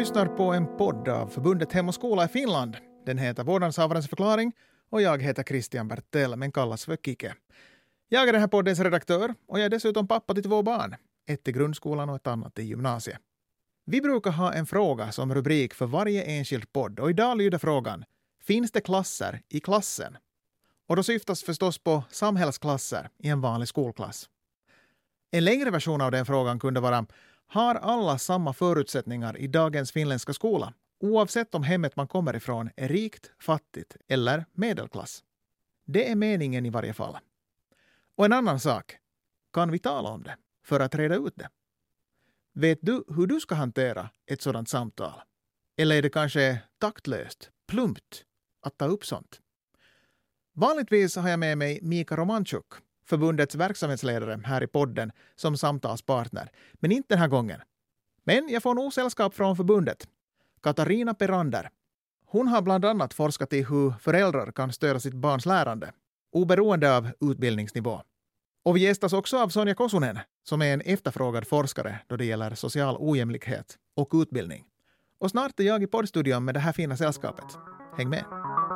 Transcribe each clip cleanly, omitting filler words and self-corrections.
lyssnar på en podd av förbundet Hem och skola i Finland. Den heter Vårdnadshavarens förklaring och jag heter Christian Bertell men kallas för Kike. Jag är den här poddens redaktör och jag är dessutom pappa till 2 barn. Ett i grundskolan och ett annat i gymnasiet. Vi brukar ha en fråga som rubrik för varje enskild podd och idag lyder frågan: finns det klasser i klassen? Och då syftas förstås på samhällsklasser i en vanlig skolklass. En längre version av den frågan kunde vara: har alla samma förutsättningar i dagens finländska skola, oavsett om hemmet man kommer ifrån är rikt, fattigt eller medelklass? Det är meningen i varje fall. Och en annan sak, kan vi tala om det för att reda ut det? Vet du hur du ska hantera ett sådant samtal? Eller är det kanske taktlöst, plumpt att ta upp sånt? Vanligtvis har jag med mig Mika Romanchuk, förbundets verksamhetsledare här i podden, som samtalspartner. Men inte den här gången. Men jag får nog sällskap från förbundet. Katarina Perander. Hon har bland annat forskat i hur föräldrar kan stödja sitt barns lärande, oberoende av utbildningsnivå. Och vi gästas också av Sonja Kosunen, som är en efterfrågad forskare då det gäller social ojämlikhet och utbildning. Och snart är jag i poddstudion med det här fina sällskapet. Häng med!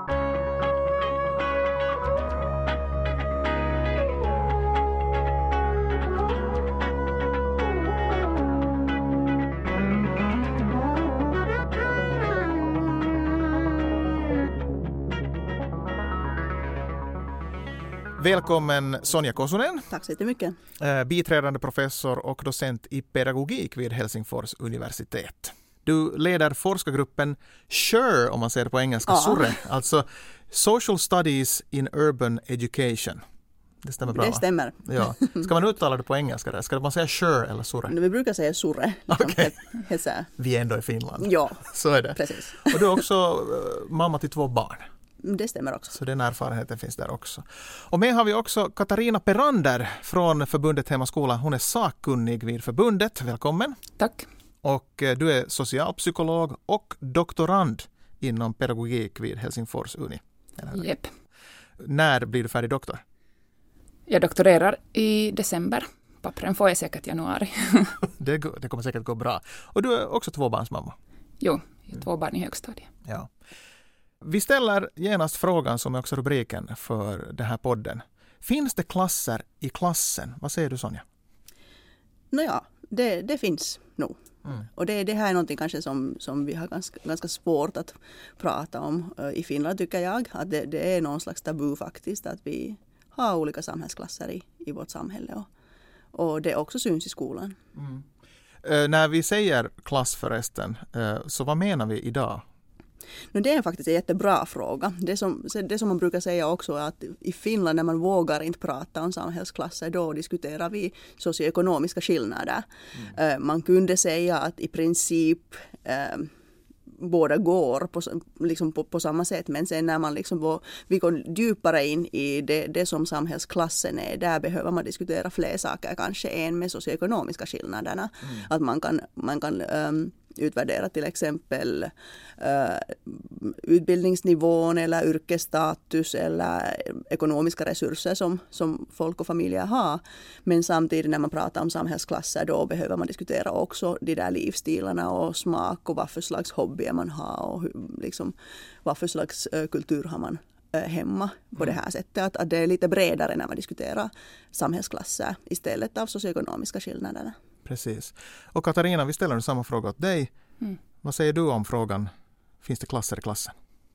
Välkommen Sonja Kosunen. Tack så mycket. Biträdande professor och docent i pedagogik vid Helsingfors universitet. Du leder forskargruppen SURE, om man säger det på engelska, SURE, alltså Social Studies in Urban Education. Det stämmer bra. Det stämmer. Ja. Ska man uttala det på engelska där? Ska man säga SURE eller SURE? Vi brukar säga SURE. Okay. Vi är ändå i Finland. Ja, så är det. Precis. Och du är också mamma till 2 barn. Det stämmer också. Så den erfarenheten finns där också. Och med har vi också Katarina Perander från förbundet Hem och skola. Hon är sakkunnig vid förbundet. Välkommen. Tack. Och du är socialpsykolog och doktorand inom pedagogik vid Helsingfors Uni. Jep. När blir du färdig doktor? Jag doktorerar i december. Pappren får jag säkert i januari. Det kommer säkert gå bra. Och du är också 2-barnsmamma. Jo, 2 barn i högstadiet. Ja. Vi ställer genast frågan som är också rubriken för den här podden. Finns det klasser i klassen? Vad säger du, Sonja? Nåja, det finns nog. Och det här är någonting kanske som vi har ganska svårt att prata om i Finland, tycker jag. Att det är någon slags tabu faktiskt att vi har olika samhällsklasser i vårt samhälle. Och det också syns i skolan. När vi säger klass förresten, så vad menar vi idag? Det är faktiskt en jättebra fråga. Det som man brukar säga också är att i Finland när man vågar inte prata om samhällsklasser, då diskuterar vi socioekonomiska skillnader. Man kunde säga att i princip båda går på samma sätt, men sen när man vi går djupare in i det som samhällsklassen är, där behöver man diskutera fler saker kanske än med socioekonomiska skillnaderna. Att man kan utvärdera till exempel utbildningsnivån eller yrkesstatus eller ekonomiska resurser som folk och familjer har. Men samtidigt när man pratar om samhällsklasser, då behöver man diskutera också de där livsstilarna och smak och vad för slags hobby man har och vad för slags kultur har man hemma på det här sättet. Att det är lite bredare när man diskuterar samhällsklasser istället av socioekonomiska skillnaderna. Precis. Och Katarina, vi ställer samma fråga åt dig. Vad säger du om frågan? Finns det klasser i klassen?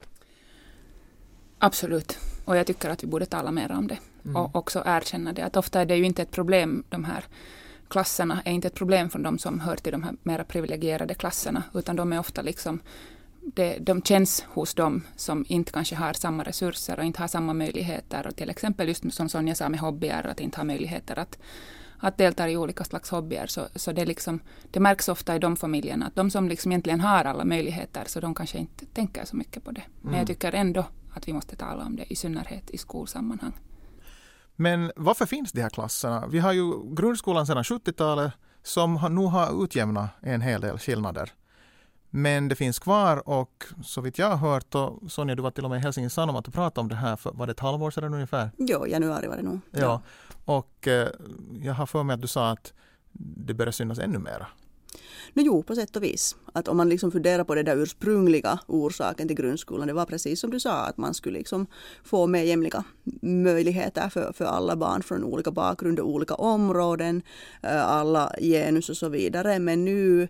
Absolut. Och jag tycker att vi borde tala mer om det. Och också erkänna det. Att ofta är det ju inte ett problem, de här klasserna är inte ett problem för de som hör till de här mer privilegierade klasserna. Utan de är ofta de känns hos dem som inte kanske har samma resurser och inte har samma möjligheter. Och till exempel just som Sonja sa med hobbyer, att inte ha möjligheter att delta i olika slags hobbyer. Så det märks ofta i de familjerna att de som egentligen har alla möjligheter, så de kanske inte tänker så mycket på det. Men jag tycker ändå att vi måste tala om det, i synnerhet i skolsammanhang. Men varför finns de här klasserna? Vi har ju grundskolan sedan 70-talet som nu har utjämnat en hel del skillnader. Men det finns kvar och så vitt jag har hört, och Sonja, du var till och med i Helsingin Sanomat och pratade om det här för var det ett halvår sedan ungefär? Jo, januari var det nog. Ja, och jag har för mig att du sa att det börjar synas ännu mera. Jo, på sätt och vis. Att om man liksom funderar på det där ursprungliga orsaken till grundskolan, det var precis som du sa, att man skulle liksom få mer jämlika möjligheter för alla barn från olika bakgrunder, olika områden, alla genus och så vidare. Men nu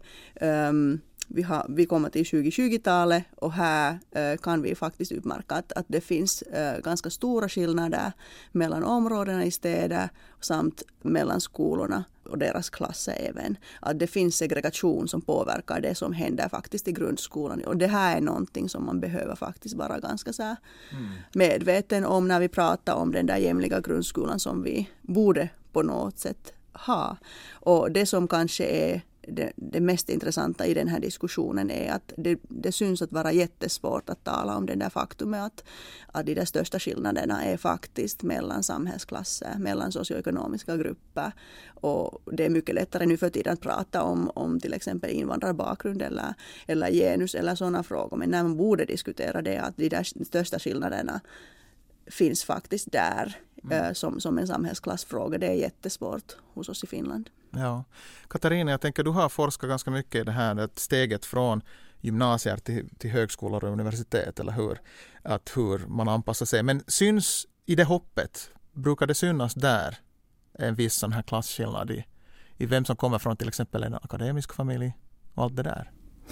vi kommer till 2020-talet och här kan vi faktiskt utmärka att det finns ganska stora skillnader mellan områdena i städer samt mellan skolorna och deras klasser även. Att det finns segregation som påverkar det som händer faktiskt i grundskolan. Och det här är någonting som man behöver faktiskt vara ganska så här medveten om när vi pratar om den där jämlika grundskolan som vi borde på något sätt ha. Och det som kanske är det mest intressanta i den här diskussionen är att det syns att vara jättesvårt att tala om den där faktumet att de där största skillnaderna är faktiskt mellan samhällsklasser, mellan socioekonomiska grupper. Och det är mycket lättare nu för tiden att prata om till exempel invandrarbakgrund eller genus eller sådana frågor. Men när man borde diskutera det att de där största skillnaderna finns faktiskt där som en samhällsklassfråga. Det är jättesvårt hos oss i Finland. Ja. Katarina, jag tänker du har forskat ganska mycket i det här steget från gymnasier till högskolor och universitet, eller hur? Att hur man anpassar sig. Men syns i det hoppet, brukar det synas där en viss sån här klasskillnad i vem som kommer från till exempel en akademisk familj och allt det där?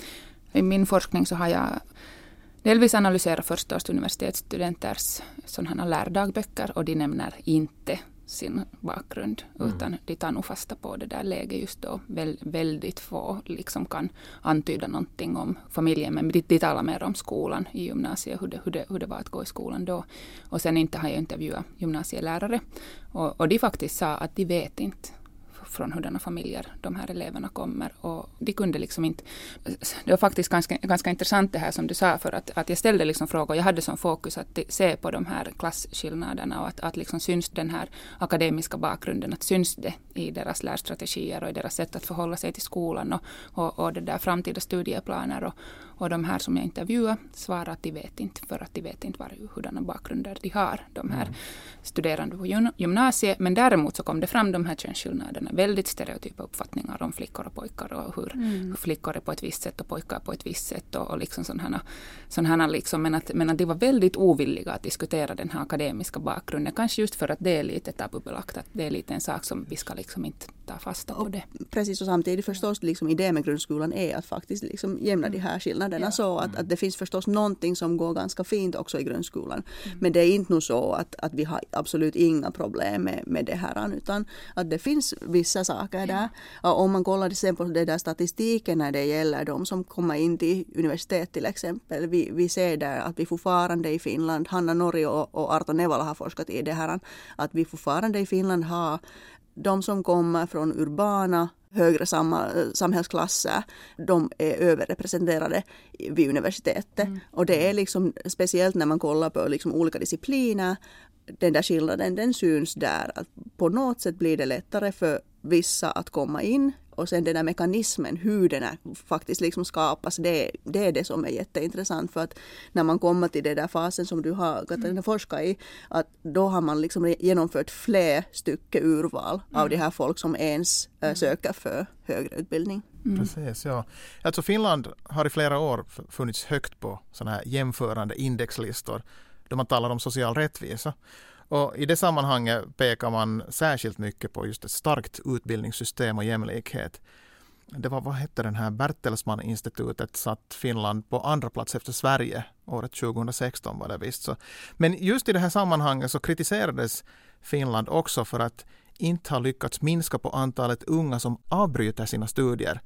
I min forskning så har jag delvis analyserat förstås universitetsstudenters sådana lärdagböcker och de nämner inte sin bakgrund utan de tar nog fasta på det där läget just då. Väldigt få liksom kan antyda någonting om familjen, men de talar mer om skolan i gymnasiet, hur det var att gå i skolan då. Och sen inte har jag intervjuat gymnasielärare och de faktiskt sa att de vet inte från hurdana familjer de här eleverna kommer. Och de kunde liksom inte... Det var faktiskt ganska intressant det här som du sa, för att jag ställde liksom frågor. Jag hade som fokus att se på de här klasskillnaderna och att liksom syns den här akademiska bakgrunden, att syns det i deras lärstrategier och i deras sätt att förhålla sig till skolan och det där framtida studieplaner. Och de här som jag intervjuade svarar att de vet inte, för att de vet inte hurdana bakgrunder de har, de här studerande på gymnasiet. Men däremot så kom det fram de här könsskillnaderna, väldigt stereotypa uppfattningar om flickor och pojkar och hur flickor är på ett visst sätt och pojkar på ett visst sätt och liksom sådana liksom, men att de var väldigt ovilliga att diskutera den här akademiska bakgrunden, kanske just för att det är lite tabubelagt, att det är lite en sak som vi ska liksom inte ta fasta på det. Precis, och samtidigt förstås liksom idén med grundskolan är att faktiskt liksom jämna de här skillnaderna så att det finns förstås någonting som går ganska fint också i grundskolan. Men det är inte nog så att vi har absolut inga problem med det här, utan att det finns vissa saker där. Om man kollar till exempel på det där statistiken när det gäller de som kommer in till universitet till exempel. Vi ser där att vi fortfarande i Finland, Hanna Norri och Arto Nevala har forskat i det här, att vi fortfarande i Finland har de som kommer från urbana högre samhällsklasser, de är överrepresenterade vid universitetet. Och det är liksom speciellt när man kollar på liksom olika discipliner, den där skillnaden, den syns där. Att på något sätt blir det lättare för vissa att komma in. Och sen den där mekanismen, hur den faktiskt liksom skapas, det är det som är jätteintressant. För att när man kommer till den där fasen som du har Katarina forskat i, att då har man liksom genomfört fler stycken urval av de här folk som ens söker för högre utbildning. Precis, ja. Alltså Finland har i flera år funnits högt på sådana här jämförande indexlistor då man talar om social rättvisa. Och i det sammanhanget pekar man särskilt mycket på just ett starkt utbildningssystem och jämlikhet. Det var, vad hette den här, Bertelsmann-institutet satt Finland på andra plats efter Sverige året 2016 var det visst så. Men just i det här sammanhanget så kritiserades Finland också för att inte ha lyckats minska på antalet unga som avbryter sina studier.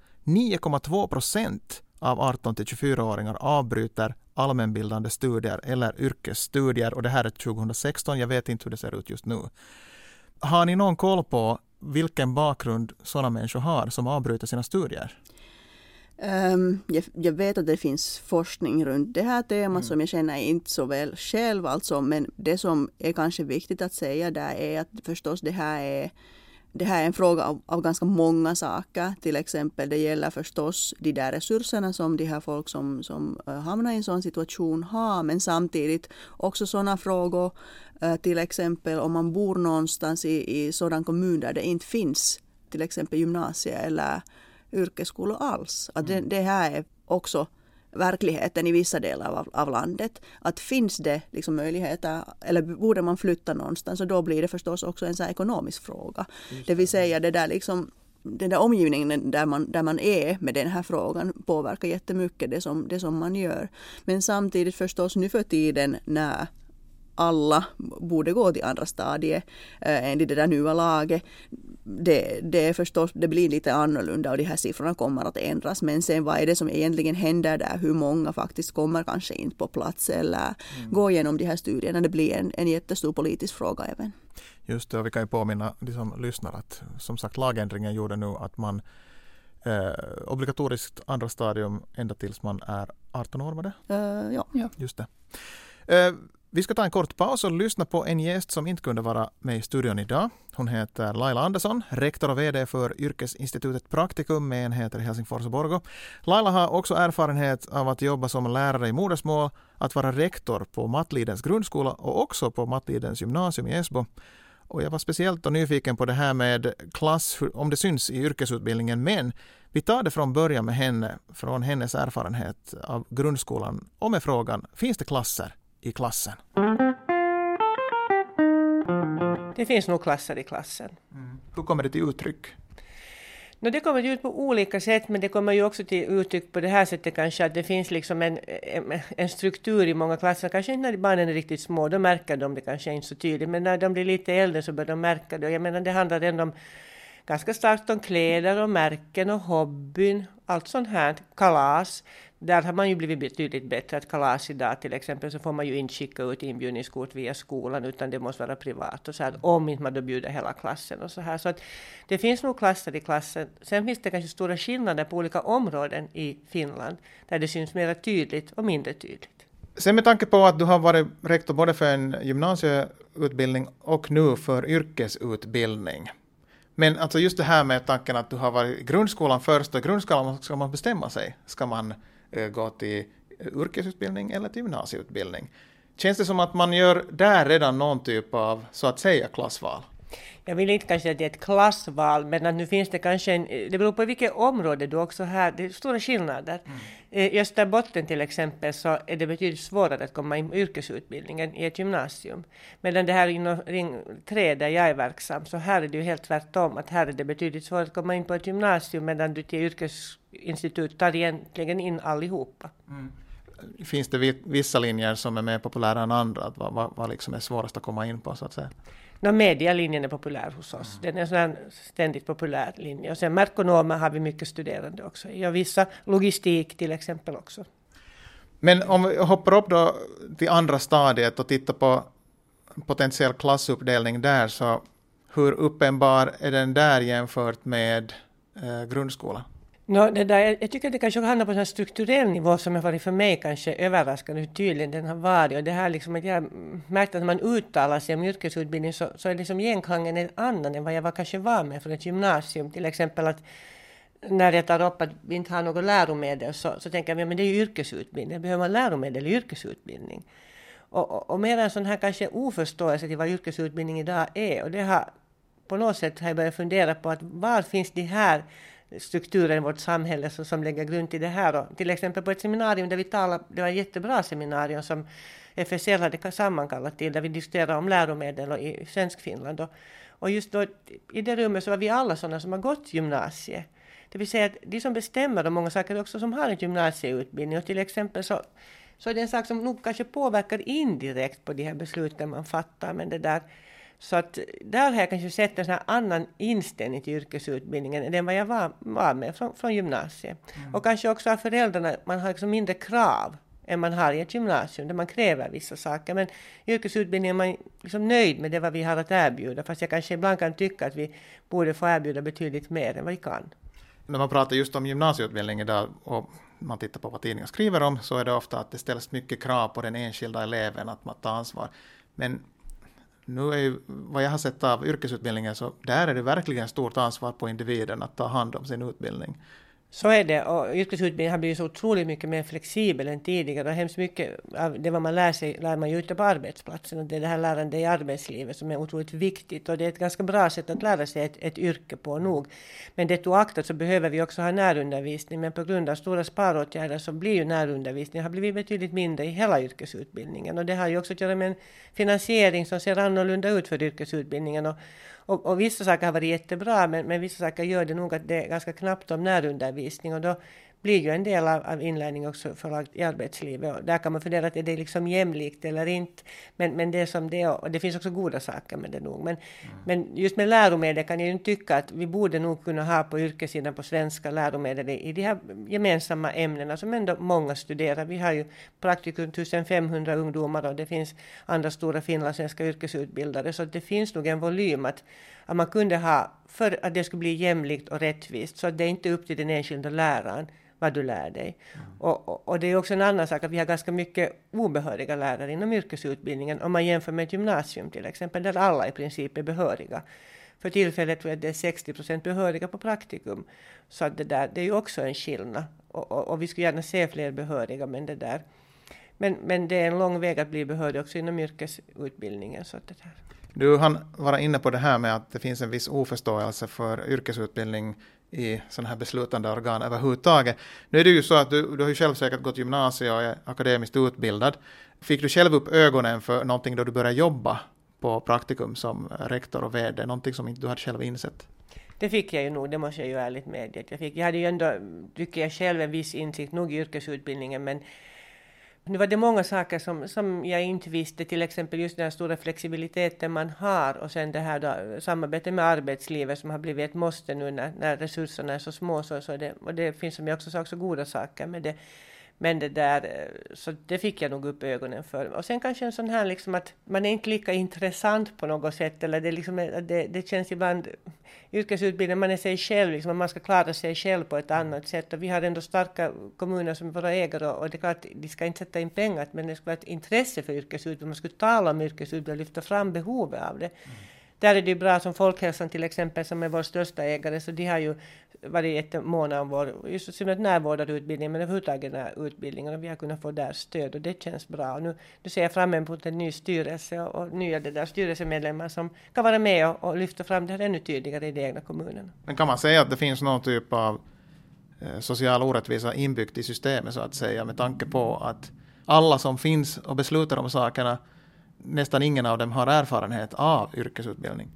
9,2% av 18-24-åringar avbryter allmänbildande studier eller yrkesstudier, och det här är 2016, jag vet inte hur det ser ut just nu. Har ni någon koll på vilken bakgrund sådana människor har som avbryter sina studier? Jag vet att det finns forskning runt det här temat som jag känner inte så väl själv alltså, men det som är kanske viktigt att säga där är att förstås det här är en fråga av ganska många saker. Till exempel det gäller förstås de där resurserna som de här folk som hamnar i en sån situation har. Men samtidigt också sådana frågor. Till exempel om man bor någonstans i sådan kommun där det inte finns till exempel gymnasie eller yrkesskolor alls. Att det här är också verkligheten i vissa delar av landet. Att finns det liksom möjligheter, eller borde man flytta någonstans, och då blir det förstås också en så här ekonomisk fråga. Det vill säga det där liksom, den där omgivningen där man är med den här frågan påverkar jättemycket det som man gör. Men samtidigt förstås nu för tiden när alla borde gå till andra stadiet enligt det där nya laget. Det är förstås, det blir lite annorlunda och de här siffrorna kommer att ändras. Men sen vad är det som egentligen händer där? Hur många faktiskt kommer kanske in på plats eller gå igenom de här studierna? Det blir en jättestor politisk fråga även. Just det, och vi kan ju påminna de som lyssnar att som sagt lagändringen gjorde nu att man obligatoriskt andra stadium ända tills man är 18 år med det? Ja. Just det. Vi ska ta en kort paus och lyssna på en gäst som inte kunde vara med i studion idag. Hon heter Laila Andersson, rektor och vd för yrkesinstitutet Praktikum med enheter i Helsingfors och Borgå. Laila har också erfarenhet av att jobba som lärare i modersmål, att vara rektor på Mattlidens grundskola och också på Mattlidens gymnasium i Esbo. Och jag var speciellt nyfiken på det här med klass, om det syns i yrkesutbildningen, men vi tar det från början med henne, från hennes erfarenhet av grundskolan och med frågan, finns det klasser i klassen? Det finns nog klasser i klassen. Hur kommer det till uttryck? Det kommer ut på olika sätt, men det kommer ju också till uttryck på det här sättet kanske att det finns liksom en struktur i många klasser. Kanske inte när barnen är riktigt små, då märker de det kanske inte så tydligt. Men när de blir lite äldre så börjar de märka det. Och jag menar, det handlar ändå om ganska starkt om kläder och märken och hobbyn. Allt sånt här, kalas. Där har man ju blivit betydligt bättre. Att kalas idag till exempel så får man ju inte skicka ut inbjudningskort via skolan utan det måste vara privat. Och så här, om inte man då bjuder hela klassen och så här. Så att det finns nog klasser i klassen. Sen finns det kanske stora skillnader på olika områden i Finland. Där det syns mer tydligt och mindre tydligt. Sen med tanke på att du har varit rektor både för en gymnasieutbildning och nu för yrkesutbildning. Men alltså just det här med tanken att du har varit i grundskolan först och i grundskolan ska man bestämma sig. Ska man gå till yrkesutbildning eller till gymnasieutbildning? Känns det som att man gör där redan någon typ av så att säga klassval? Jag vill inte kanske att det är ett klassval, men att nu finns det kanske det beror på vilket område du också har, det är stora skillnader. I Österbotten till exempel så är det betydligt svårare att komma in i yrkesutbildningen i ett gymnasium. Medan det här inom Ring 3 där jag är verksam, så här är det ju helt tvärtom, att här är det betydligt svårare att komma in på ett gymnasium medan du till yrkesinstitut tar egentligen in allihopa. Finns det vissa linjer som är mer populära än andra? Vad liksom är svårast att komma in på så att säga? Medialinjen är populär hos oss. Den är en sån här ständigt populär linje. Och sen merkonomer har vi mycket studerande också. Och vissa logistik till exempel också. Men om vi hoppar upp då till andra stadiet och tittar på potentiell klassuppdelning där, så hur uppenbar är den där jämfört med grundskolan? Jag tycker att det kanske handlar på en strukturell nivå som har varit för mig kanske överraskande hur tydlig den har varit. Och det här liksom att jag märkte att när man uttalar sig om yrkesutbildning så är liksom genklangen en annan än vad jag kanske var med från ett gymnasium. Till exempel att när jag tar upp att vi inte har något läromedel så tänker jag men det är ju yrkesutbildning. Behöver man läromedel i yrkesutbildning? Och mer en sån här kanske oförståelse till vad yrkesutbildning idag är. Och det har på något sätt har jag börjat fundera på att var finns de här strukturen i vårt samhälle som lägger grund till det här. Och till exempel på ett seminarium där vi talade, det var ett jättebra seminarium som FSL hade sammankallat till, där vi diskuterade om läromedel och i svensk Finland. Och just då i det rummet så var vi alla sådana som har gått gymnasiet. Det vill säga att de som bestämmer om många saker också som har en gymnasieutbildning. Och till exempel så är det en sak som nog kanske påverkar indirekt på de här besluten man fattar. Men det där, så att där har jag kanske sett en sån här annan inställning till yrkesutbildningen än vad jag var med från gymnasiet. Och kanske också av föräldrarna, man har liksom mindre krav än man har i ett gymnasium där man kräver vissa saker. Men i yrkesutbildningen är man liksom nöjd med det vad vi har att erbjuda. Fast jag kanske ibland kan tycka att vi borde få erbjuda betydligt mer än vad vi kan. När man pratar just om gymnasieutbildning idag och man tittar på vad tidningar skriver om, så är det ofta att det ställs mycket krav på den enskilda eleven att man tar ansvar. Men nu är ju, vad jag har sett av yrkesutbildningen, så där är det verkligen stort ansvar på individen att ta hand om sin utbildning. Så är det, och yrkesutbildningen har blivit så otroligt mycket mer flexibel än tidigare. Och hemskt mycket av det vad man lär man ju ute på arbetsplatsen. Och det är det här lärandet i arbetslivet som är otroligt viktigt. Och det är ett ganska bra sätt att lära sig ett yrke på nog. Men det oaktat så behöver vi också ha närundervisning. Men på grund av stora sparåtgärder så blir ju närundervisning har blivit betydligt mindre i hela yrkesutbildningen. Och det har ju också att göra med en finansiering som ser annorlunda ut för yrkesutbildningen. Och vissa saker har varit jättebra, men vissa saker gör det nog att det är ganska knappt om närundervisning. Och då blir ju en del av inlärning också förlagt i arbetslivet. Och där kan man fundera att är det liksom jämlikt eller inte. Men det är som det är, och det finns också goda saker med det nog. Men just med läromedel kan jag ju tycka att vi borde nog kunna ha på yrkessidan på svenska läromedel i de här gemensamma ämnena som ändå många studerar. Vi har ju praktikum 1500 ungdomar och det finns andra stora finlandssvenska yrkesutbildare. Så det finns nog en volym att man kunde ha för att det skulle bli jämlikt och rättvist. Så att det är inte upp till den enskilda läraren vad du lär dig. Och det är också en annan sak att vi har ganska mycket obehöriga lärare inom yrkesutbildningen om man jämför med ett gymnasium till exempel där alla i princip är behöriga. För tillfället tror jag att det är 60% behöriga på praktikum. Så att det är ju också en skillnad. Och vi skulle gärna se fler behöriga men det där. Men det är en lång väg att bli behörig också inom yrkesutbildningen. Så att det där. Du hann vara inne på det här med att det finns en viss oförståelse för yrkesutbildning i sådana här beslutande organ överhuvudtaget. Nu är det ju så att du har ju själv säkert gått gymnasiet och är akademiskt utbildad. Fick du själv upp ögonen för någonting då du började jobba på praktikum som rektor och vd? Någonting som inte du hade själv insett? Det fick jag ju nog, det måste jag ju ärligt medge. Jag hade ju ändå, tycker jag själv, en viss insikt nog i yrkesutbildningen, men nu var det många saker som jag inte visste, till exempel just den stora flexibiliteten man har och sen det här då, samarbete med arbetslivet som har blivit ett måste nu när resurserna är så små och det finns som jag också sa också goda saker med det. Men det där, så det fick jag nog upp ögonen för. Och sen kanske en sån här liksom att man är inte lika intressant på något sätt. Eller det, liksom, det känns ibland, yrkesutbildning, man är sig själv, liksom, man ska klara sig själv på ett annat sätt. Och vi har ändå starka kommuner som våra ägare och det är klart, de ska inte sätta in pengar. Men det ska vara ett intresse för yrkesutbildning. Man ska tala om yrkesutbildning och lyfta fram behovet av det. Där är det bra som Folkhälsan till exempel som är vår största ägare, så de har ju varit måna om vår just som ett närvårdarutbildning men överhuvudtaget den här utbildningen och vi har kunnat få där stöd och det känns bra. Och nu ser jag fram emot en ny styrelse och nya styrelsemedlemmar som kan vara med och lyfta fram det här ännu tydligare i de egna kommunerna. Men kan man säga att det finns någon typ av social orättvisa inbyggt i systemet så att säga med tanke på att alla som finns och beslutar om sakerna nästan ingen av dem har erfarenhet av yrkesutbildning.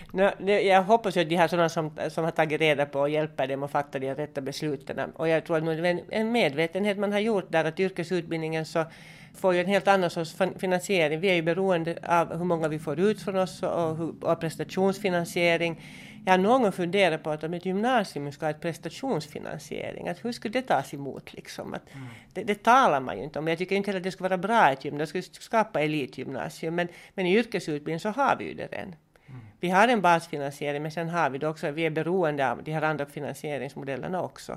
Jag hoppas att de här sådana som har tagit reda på och hjälper dem att fatta de rätta besluten. Och jag tror att det är en medvetenhet man har gjort där att yrkesutbildningen så får ju en helt annan sorts finansiering. Vi är ju beroende av hur många vi får ut från oss och prestationsfinansiering. Jag har någon gång funderat på att om ett gymnasium ska ha ett prestationsfinansiering, att hur skulle det tas emot liksom? Att det talar man ju inte om. Jag tycker inte heller att det ska vara bra ett gymnasium, det ska skapa elitgymnasium, men i yrkesutbildning så har vi ju det redan. Vi har en basfinansiering men sen har vi det också, vi är beroende av de här andra finansieringsmodellerna också.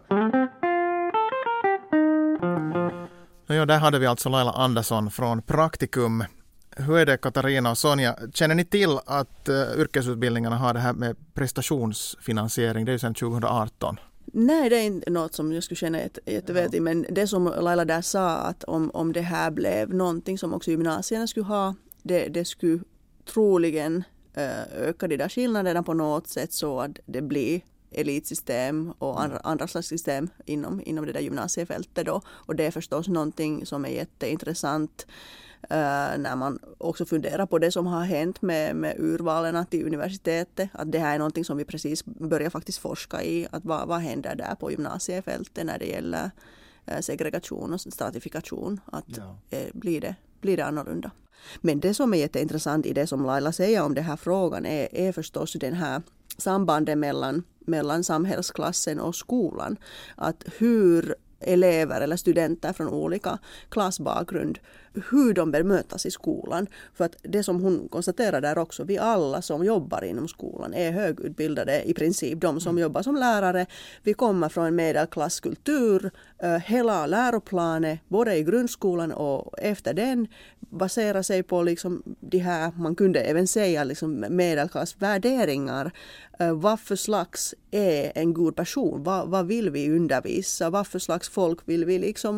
Ja, där hade vi alltså Laila Andersson från Praktikum. Hur är det Katarina och Sonja? Känner ni till att yrkesutbildningarna har det här med prestationsfinansiering? Det är ju sedan 2018. Nej, det är inte något som jag skulle känna jätteväl till. Men det som Laila där sa att om det här blev någonting som också gymnasierna skulle ha, det skulle troligen öka de där skillnaderna på något sätt så att det blir elitsystem och andra slags system inom det där gymnasiefältet då. Och det är förstås någonting som är jätteintressant när man också funderar på det som har hänt med urvalen till universitetet. Att det här är någonting som vi precis börjar faktiskt forska i. Att vad händer där på gymnasiefältet när det gäller segregation och stratifikation. Att blir det annorlunda. Men det som är jätteintressant i det som Laila säger om den här frågan är förstås den här sambandet mellan samhällsklassen och skolan. Att hur elever eller studenter från olika klassbakgrund hur de bemötas i skolan. För att det som hon konstaterar där också, vi alla som jobbar inom skolan är högutbildade i princip. De som jobbar som lärare, vi kommer från en medelklasskultur. Hela läroplanen, både i grundskolan och efter den, baserar sig på liksom de här, man kunde även säga liksom medelklassvärderingar. Vad för slags är en god person? Vad vill vi undervisa? Vad för slags folk vill vi liksom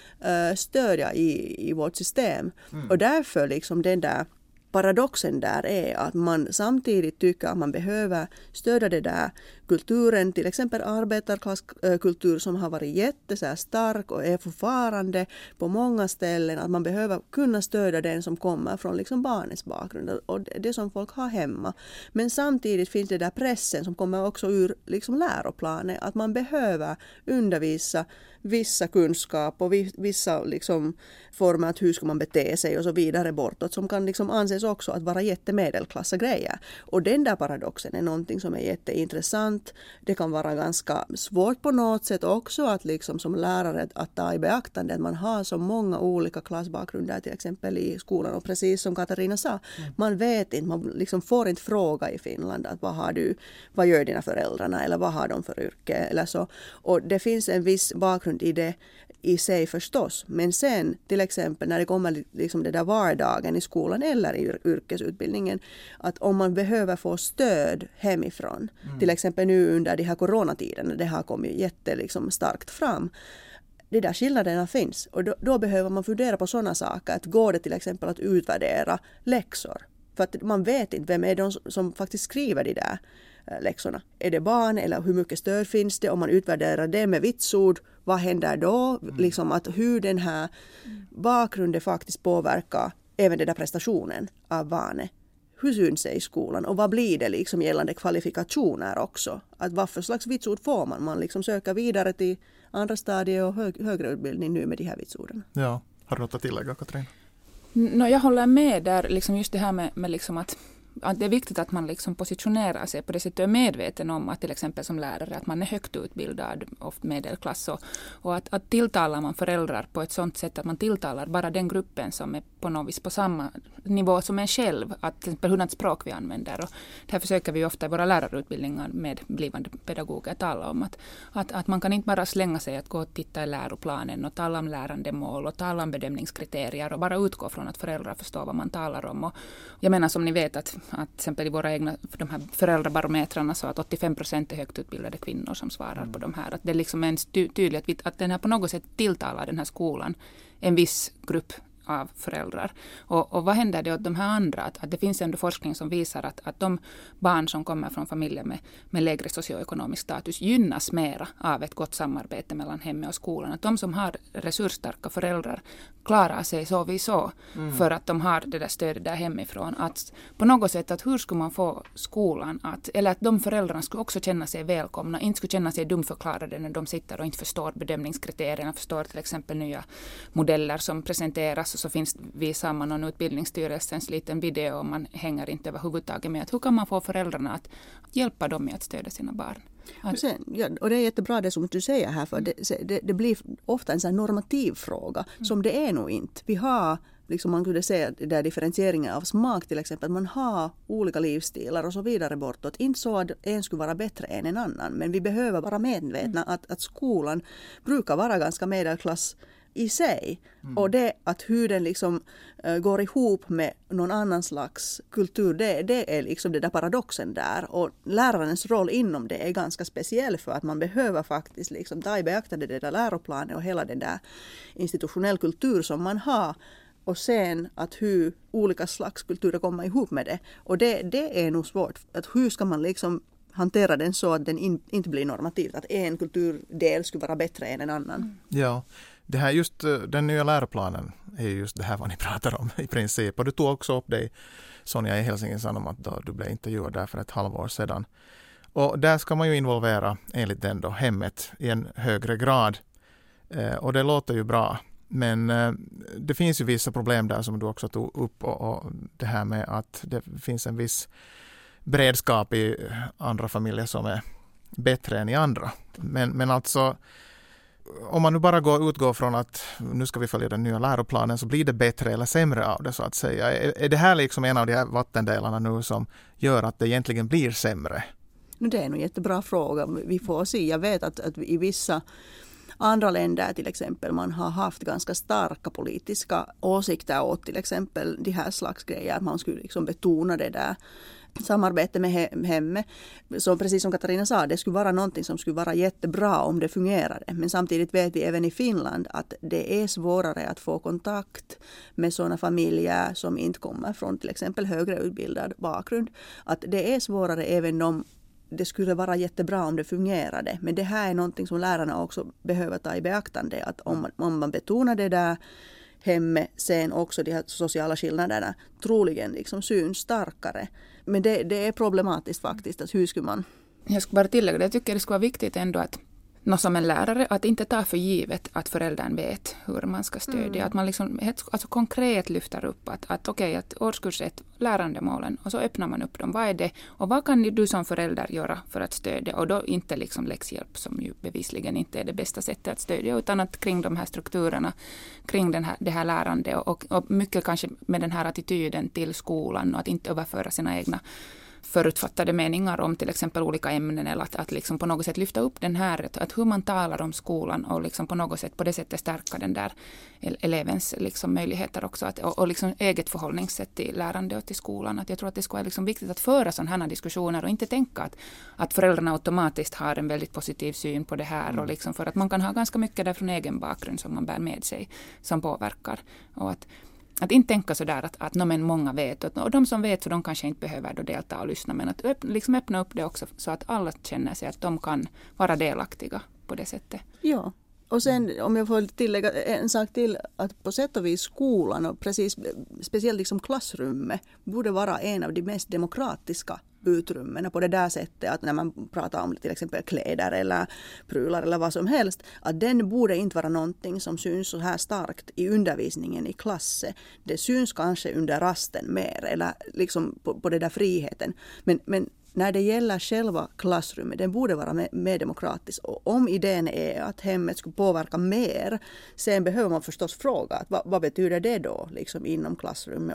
stödja i vårt system? Och därför liksom den där paradoxen där är att man samtidigt tycker att man behöver stödja det där kulturen, till exempel arbetarklasskultur som har varit jättestark och är fortfarande på många ställen, att man behöver kunna stödja den som kommer från liksom barnets bakgrund och det som folk har hemma. Men samtidigt finns det där pressen som kommer också ur liksom läroplanen, att man behöver undervisa vissa kunskap och vissa liksom former att hur ska man bete sig och så vidare bortåt, som kan liksom anses också att vara jättemedelklassa grejer. Och den där paradoxen är någonting som är jätteintressant. Det kan vara ganska svårt på något sätt också att liksom som lärare att ta i beaktande att man har så många olika klassbakgrunder till exempel i skolan, och precis som Katarina sa, man vet inte, man liksom får inte fråga i Finland att vad gör dina föräldrarna eller vad har de för yrke eller så. Och det finns en viss bakgrund i det i sig förstås, men sen till exempel när det kommer liksom det där vardagen i skolan eller i yrkesutbildningen, att om man behöver få stöd hemifrån, till exempel nu under de här coronatiden, det har kommit liksom starkt fram, det där skillnaderna finns, och då behöver man fundera på sådana saker, att går det till exempel att utvärdera läxor, för att man vet inte vem är de som faktiskt skriver de där läxorna. Är det barn eller hur mycket stöd finns det? Om man utvärderar det med vitsord, vad händer då? Liksom att hur den här bakgrunden faktiskt påverkar även den där prestationen av barnet. Hur syns det i skolan? Och vad blir det liksom gällande kvalifikationer också? Att vad för slags vitsord får man? Man liksom söker vidare till andra stadier och högre utbildning nu med de här vitsorden. Ja, har du något att tillägga, Katarina? Jag håller med där, liksom just det här med liksom att det är viktigt att man liksom positionerar sig på det sättet och är medveten om att till exempel som lärare att man är högt utbildad, ofta medelklass, och att tilltalar man föräldrar på ett sådant sätt att man tilltalar bara den gruppen som är på något vis på samma nivå som en själv, att till exempel hurdant språk vi använder, och det här försöker vi ofta i våra lärarutbildningar med blivande pedagoger tala om att man kan inte bara slänga sig att gå och titta i läroplanen och tala om lärandemål och tala om bedömningskriterier och bara utgå från att föräldrar förstår vad man talar om. Och jag menar som ni vet att till exempel i våra egna de här föräldrabarometrarna så att 85% är högt utbildade kvinnor som svarar på de här. Att det liksom är tydligt att den här på något sätt tilltalar den här skolan en viss grupp av föräldrar. Och vad händer det åt de här andra? Att det finns ändå forskning som visar att de barn som kommer från familjer med lägre socioekonomisk status gynnas mera av ett gott samarbete mellan hemmet och skolan. Att de som har resursstarka föräldrar klarar sig så för att de har det där stödet där hemifrån. Att på något sätt att hur skulle man få skolan eller att de föräldrarna skulle också känna sig välkomna, inte skulle känna sig dumförklarade när de sitter och inte förstår bedömningskriterierna, förstår till exempel nya modeller som presenteras. Och så visar man någon utbildningsstyrelsens liten video och man hänger inte överhuvudtaget med att hur kan man få föräldrarna att hjälpa dem med att stödja sina barn. Och det är jättebra det som du säger här, för det blir ofta en sån normativ fråga som det är nog inte. Vi har, liksom man kunde säga, där differentieringen av smak till exempel, man har olika livsstilar och så vidare bortåt. Inte så att en skulle vara bättre än en annan, men vi behöver vara medvetna att skolan brukar vara ganska medelklass i sig. Och det att hur den liksom går ihop med någon annan slags kultur, det är liksom det där paradoxen där. Och lärarens roll inom det är ganska speciell, för att man behöver faktiskt liksom ta i beaktande det där läroplanen och hela den där institutionell kultur som man har. Och sen att hur olika slags kulturer kommer ihop med det. Och det är nog svårt. Att hur ska man liksom hantera den så att den inte blir normativt. Att en kulturdel skulle vara bättre än en annan. Ja, det här just den nya läroplanen är just det här vad ni pratar om i princip. Och du tog också upp dig, Sonja, i Helsingin Sanomat då du blev intervjuad där för ett halvår sedan. Och där ska man ju involvera enligt den då hemmet i en högre grad. Och det låter ju bra. Men det finns ju vissa problem där som du också tog upp, och det här med att det finns en viss beredskap i andra familjer som är bättre än i andra. Men alltså om man nu bara utgår från att nu ska vi följa den nya läroplanen, så blir det bättre eller sämre av det så att säga. Är det här liksom en av de här vattendelarna nu som gör att det egentligen blir sämre? Det är nog en jättebra fråga. Vi får se. Jag vet att i vissa andra länder till exempel man har haft ganska starka politiska åsikter åt till exempel de här slags grejer. Man skulle liksom betona det där samarbete med hemmet. Så precis som Katarina sa, det skulle vara någonting som skulle vara jättebra om det fungerade. Men samtidigt vet vi även i Finland att det är svårare att få kontakt med sådana familjer som inte kommer från till exempel högre utbildad bakgrund. Att det är svårare även om det skulle vara jättebra om det fungerade. Men det här är någonting som lärarna också behöver ta i beaktande. Att om man betonar det där hemmet, sen också de här sociala skillnaderna troligen liksom syns starkare. Men det är problematiskt faktiskt. Att hur skulle man... Jag skulle bara tillägga det. Jag tycker det skulle vara viktigt ändå att som en lärare att inte ta för givet att föräldern vet hur man ska stödja. Att man liksom, alltså konkret lyfter upp att okej, att årskurs 1, lärandemålen, och så öppnar man upp dem. Vad är det? Och vad kan du som förälder göra för att stödja? Och då inte liksom läxhjälp som ju bevisligen inte är det bästa sättet att stödja, utan att kring de här strukturerna, kring det här lärande och mycket kanske med den här attityden till skolan och att inte överföra sina egna förutfattade meningar om till exempel olika ämnen, eller att liksom på något sätt lyfta upp den här, att hur man talar om skolan och liksom på något sätt på det sättet stärka den där elevens liksom möjligheter också och liksom eget förhållningssätt till lärande och till skolan. Att jag tror att det skulle vara liksom viktigt att föra sådana här diskussioner och inte tänka att föräldrarna automatiskt har en väldigt positiv syn på det här och liksom för att man kan ha ganska mycket där från egen bakgrund som man bär med sig som påverkar, och att inte tänka så där att men många vet. Och de som vet, så de kanske inte behöver då delta och lyssna. Men att liksom öppna upp det också så att alla känner sig att de kan vara delaktiga på det sättet. Ja, och sen om jag får tillägga en sak till. Att på sätt och vis skolan och precis speciellt liksom klassrummet borde vara en av de mest demokratiska utrymmen på det där sättet, att när man pratar om till exempel kläder eller prylar eller vad som helst, att den borde inte vara någonting som syns så här starkt i undervisningen i klassen. Det syns kanske under rasten mer eller liksom på det där friheten. Men när det gäller själva klassrummet, den borde vara mer demokratisk. Och om idén är att hemmet skulle påverka mer, sen behöver man förstås fråga att vad betyder det då liksom inom klassrummet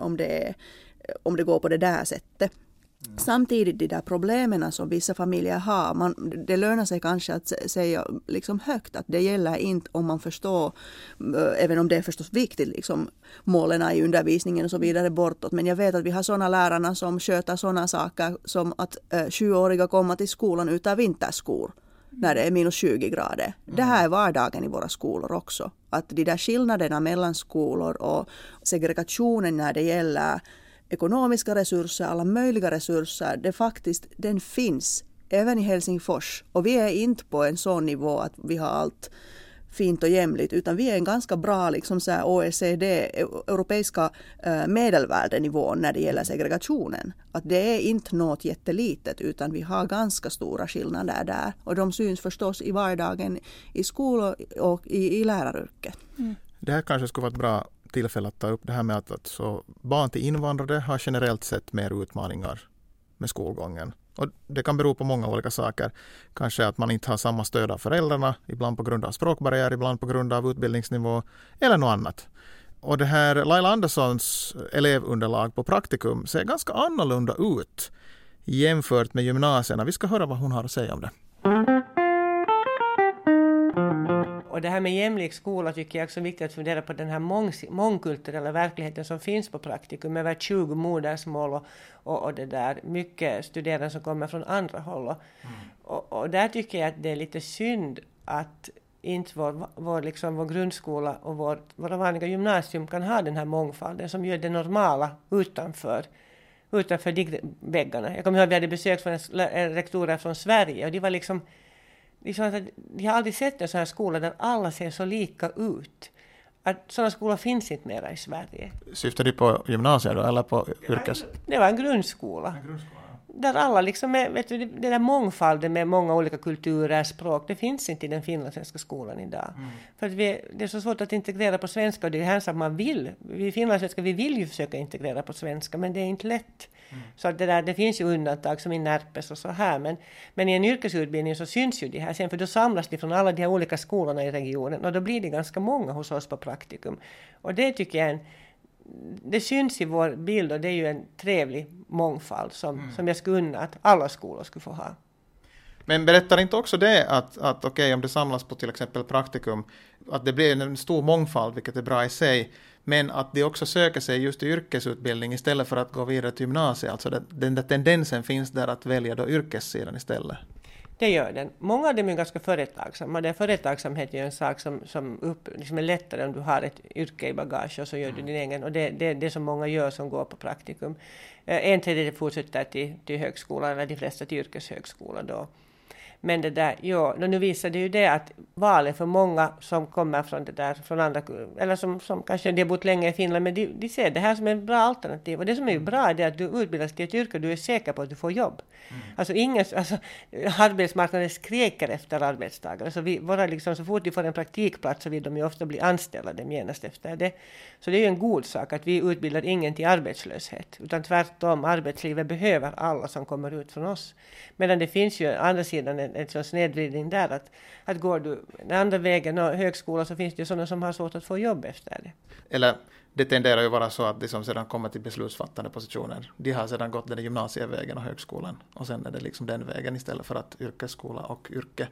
om det går på det där sättet. Samtidigt de där problemen som vissa familjer har, det lönar sig kanske att säga liksom högt att det gäller inte om man förstår, även om det är förstås viktigt, liksom, målen i undervisningen och så vidare bortåt. Men jag vet att vi har sådana lärarna som sköter sådana saker som att 7-åriga kommer till skolan utan vinterskor när det är minus 20 grader. Det här är vardagen i våra skolor också. Att de där skillnaderna mellan skolor och segregationen när det gäller ekonomiska resurser, alla möjliga resurser, den finns även i Helsingfors. Och vi är inte på en sån nivå att vi har allt fint och jämlikt, utan vi är en ganska bra liksom så här OECD, europeiska medelvärdenivån när det gäller segregationen. Att det är inte något jättelitet, utan vi har ganska stora skillnader där. Och de syns förstås i vardagen i skolor och i läraryrket. Mm. Det här kanske skulle vara ett bra tillfälle att ta upp det här med att så barn till invandrare har generellt sett mer utmaningar med skolgången. Och det kan bero på många olika saker. Kanske att man inte har samma stöd av föräldrarna, ibland på grund av språkbarriär, ibland på grund av utbildningsnivå eller något annat. Och det här Laila Anderssons elevunderlag på praktikum ser ganska annorlunda ut jämfört med gymnasierna. Vi ska höra vad hon har att säga om det. Och det här med jämlik skola tycker jag också är viktigt att fundera på den här mångkulturella verkligheten som finns på praktikum med över 20 modersmål och det där mycket studerande som kommer från andra håll. Och där tycker jag att det är lite synd att inte vår grundskola och våra vanliga gymnasium kan ha den här mångfalden som gör det normala utanför väggarna. Jag kommer ihåg att vi hade besök från rektorer från Sverige och de var liksom jag har aldrig sett en sån här skola där alla ser så lika ut. Att sådana skolor finns inte mera i Sverige. Syftar du på gymnasiet då, eller på yrkes? Det var en grundskola. där alla liksom är, vet du, det där mångfalden med många olika kulturer, språk, det finns inte i den finlandssvenska skolan idag. För att det är så svårt att integrera på svenska, och det är här som man vill. Vi finlandssvenskar, vi vill ju försöka integrera på svenska, men det är inte lätt. Så att det finns ju undantag som i Närpes och så här, men i en yrkesutbildning så syns ju det här sen, för då samlas de från alla de här olika skolorna i regionen, och då blir det ganska många hos oss på praktikum. Och det tycker jag det syns i vår bild, och det är ju en trevlig mångfald som jag skulle unna att alla skolor skulle få ha. Men berättar inte också det att okej, om det samlas på till exempel praktikum, att det blir en stor mångfald, vilket är bra i sig, men att de också söker sig just till yrkesutbildning istället för att gå vidare till gymnasiet. Alltså den där tendensen finns där att välja då yrkessidan istället. Det gör den. Många av dem är ganska företagsamma. Det företagsamhet är en sak som liksom är lättare om du har ett yrke i bagage, och så gör du din egen. Och det är det som många gör som går på praktikum. En tredjedel fortsätter till högskolan, eller de flesta till yrkeshögskolan då. Men det där, nu visar det ju det att valet för många som kommer från andra, eller som kanske de har bott länge i Finland, men de ser det här som en bra alternativ. Och det som är ju bra är att du utbildas till ett yrke, du är säker på att du får jobb. Alltså arbetsmarknaden skriker efter arbetstagare. Så så fort de får en praktikplats så vill de ju ofta bli anställda dem genast efter det. Så det är ju en god sak att vi utbildar ingen till arbetslöshet, utan tvärtom, arbetslivet behöver alla som kommer ut från oss. Medan det finns ju andra sidan en sån snedvridning där, att går du den andra vägen och högskola, så finns det ju sådana som har svårt att få jobb efter det. Eller det tenderar ju vara så att de som sedan kommer till beslutsfattande positioner, de har sedan gått den gymnasievägen och högskolan, och sen är det liksom den vägen istället för att yrkesskola och yrke.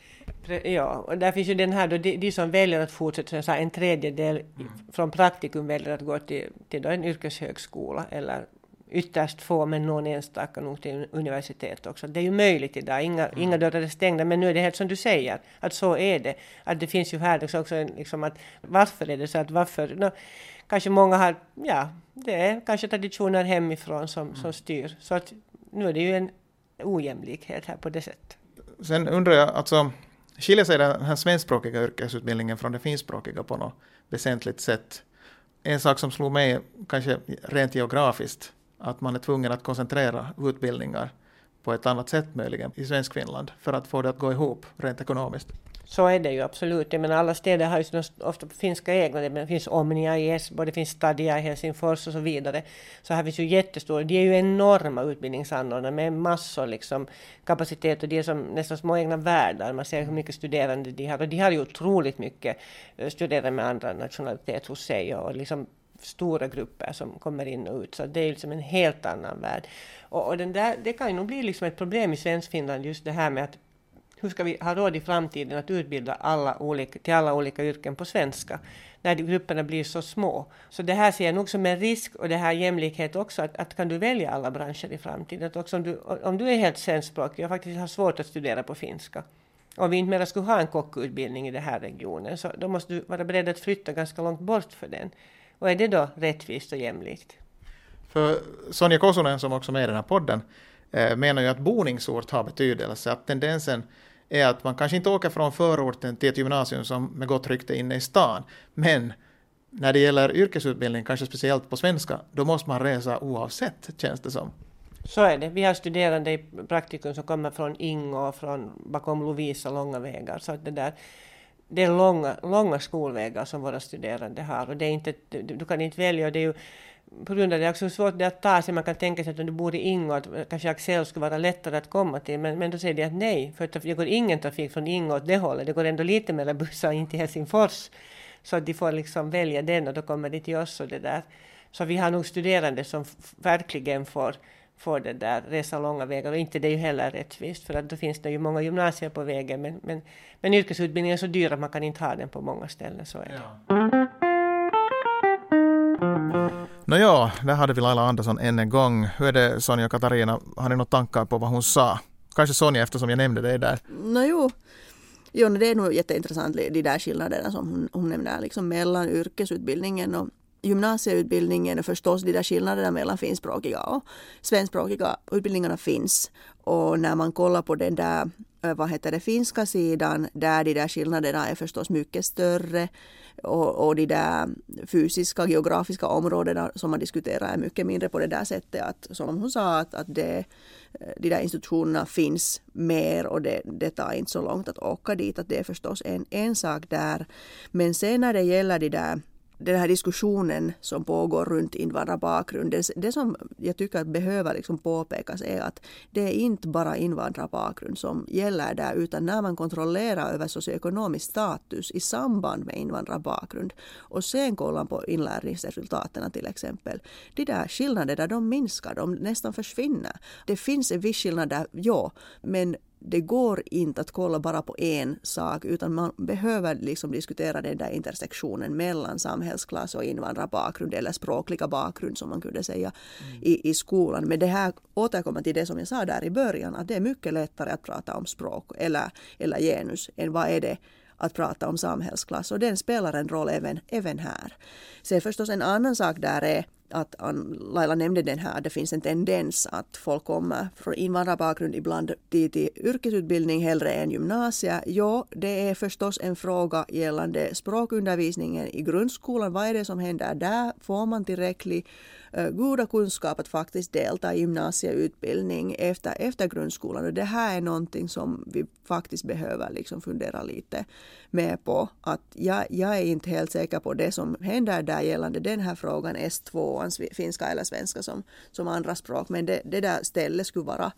Ja, och där finns ju den här då, de som väljer att fortsätta, så en tredjedel från praktikum väljer att gå till då en yrkeshögskola, eller ytterst få, men någon enstaka nog till universitet också. Det är ju möjligt idag, inga dörrar är stängda, men nu är det helt som du säger, att så är det. Att det finns ju här också liksom att varför är det så, att kanske många har, det är kanske traditioner hemifrån som styr. Så att nu är det ju en ojämlikhet här på det sättet. Sen undrar jag, alltså, skiljer sig den här svenskspråkiga yrkesutbildningen från den finskspråkiga på något väsentligt sätt? En sak som slog mig, kanske rent geografiskt, att man är tvungen att koncentrera utbildningar på ett annat sätt möjligen i svensk Finland för att få det att gå ihop rent ekonomiskt. Så är det ju absolut. Men alla städer har ju ofta finska egna. Det finns Omnia i Esbo, det finns Stadia i Helsingfors och så vidare. Så här finns ju jättestora. De är ju enorma utbildningsanordnare med massor liksom kapacitet, och de är som nästan små egna världar. Man ser hur mycket studerande de har. Och de har ju otroligt mycket studerande med andra nationalitet hos sig, och liksom stora grupper som kommer in och ut. Så det är liksom en helt annan värld. Och det kan ju nog bli liksom ett problem i Svenskfinland, just det här med att hur ska vi ha råd i framtiden att utbilda till alla olika yrken på svenska när grupperna blir så små. Så det här ser jag nog som en risk, och det här jämlikhet också, att kan du välja alla branscher i framtiden. Att också om du är helt svenskspråkig och faktiskt har svårt att studera på finska, om vi inte mer skulle ha en kockutbildning i den här regionen, så då måste du vara beredd att flytta ganska långt bort för den. Och är det då rättvist och jämlikt? För Sonja Kosonen, som också är med i den här podden, menar ju att boningsort har betydelse. Att tendensen är att man kanske inte åker från förorten till ett gymnasium som med gott rykte inne i stan. Men när det gäller yrkesutbildning, kanske speciellt på svenska, då måste man resa oavsett, känns det som. Så är det. Vi har studerande i praktikum som kommer från Ingo och från bakom Lovisa långa vägar. Så att det är långa skolvägar som våra studerande har. Och det är inte, du kan inte välja. Det är ju, på grund av det är också svårt att ta sig. Man kan tänka sig att om du bor i Ingo, att kanske Axel skulle vara lättare att komma till. Men då säger de att nej, för det går ingen trafik från Ingo åt det hållet. Det går ändå lite mer bussar in till Helsingfors. Så att de får liksom välja den, och då kommer de till oss och det där. Så vi har nog studerande som verkligen får det där, resa långa vägar, och inte det är ju heller rättvist, för att då finns det ju många gymnasier på vägen, men yrkesutbildningen är så dyr att man kan inte ha den på många ställen, så är det. Nåja, där hade vi Laila Andersson en gång. Hur är det, Sonja och Katarina? Har ni något tankar på vad hon sa? Kanske Sonja, eftersom jag nämnde det där. Jo, det är nog jätteintressant, de där skillnaderna som hon nämner liksom mellan yrkesutbildningen och gymnasieutbildningen, och förstås de där skillnaderna mellan finskspråkiga och svenskspråkiga utbildningarna finns. Och när man kollar på den där finska sidan, där de där skillnaderna är förstås mycket större, och de där fysiska, geografiska områdena som man diskuterar är mycket mindre på det där sättet, att som hon sa, att de där institutionerna finns mer, och det tar inte så långt att åka dit, att det är förstås en sak där. Men sen när det gäller den här diskussionen som pågår runt invandrarbakgrund, det som jag tycker att behöver liksom påpekas är att det är inte bara invandrarbakgrund som gäller där, utan när man kontrollerar över socioekonomisk status i samband med invandrarbakgrund och sen kollar på inlärningsresultaten till exempel, de där skillnaderna de minskar, de nästan försvinner. Det finns en viss skillnad där, ja, men det går inte att kolla bara på en sak, utan man behöver liksom diskutera den där intersektionen mellan samhällsklass och invandrarbakgrund, eller språkliga bakgrund som man kunde säga i skolan. Men det här återkommer till det som jag sa där i början, att det är mycket lättare att prata om språk eller genus än vad är det att prata om samhällsklass, och den spelar en roll även här. Sen förstås en annan sak där är att Laila nämnde den här, det finns en tendens att folk kommer från invandrarbakgrund ibland till yrkesutbildning hellre än gymnasie. Ja, det är förstås en fråga gällande språkundervisningen i grundskolan. Vad är det som händer där? Får man tillräcklig goda kunskap att faktiskt delta i gymnasieutbildning efter grundskolan? Och det här är någonting som vi faktiskt behöver liksom fundera lite mer på. Att jag är inte helt säker på det som händer där gällande den här frågan, S2, finska eller svenska som andra språk. Men det där stället skulle vara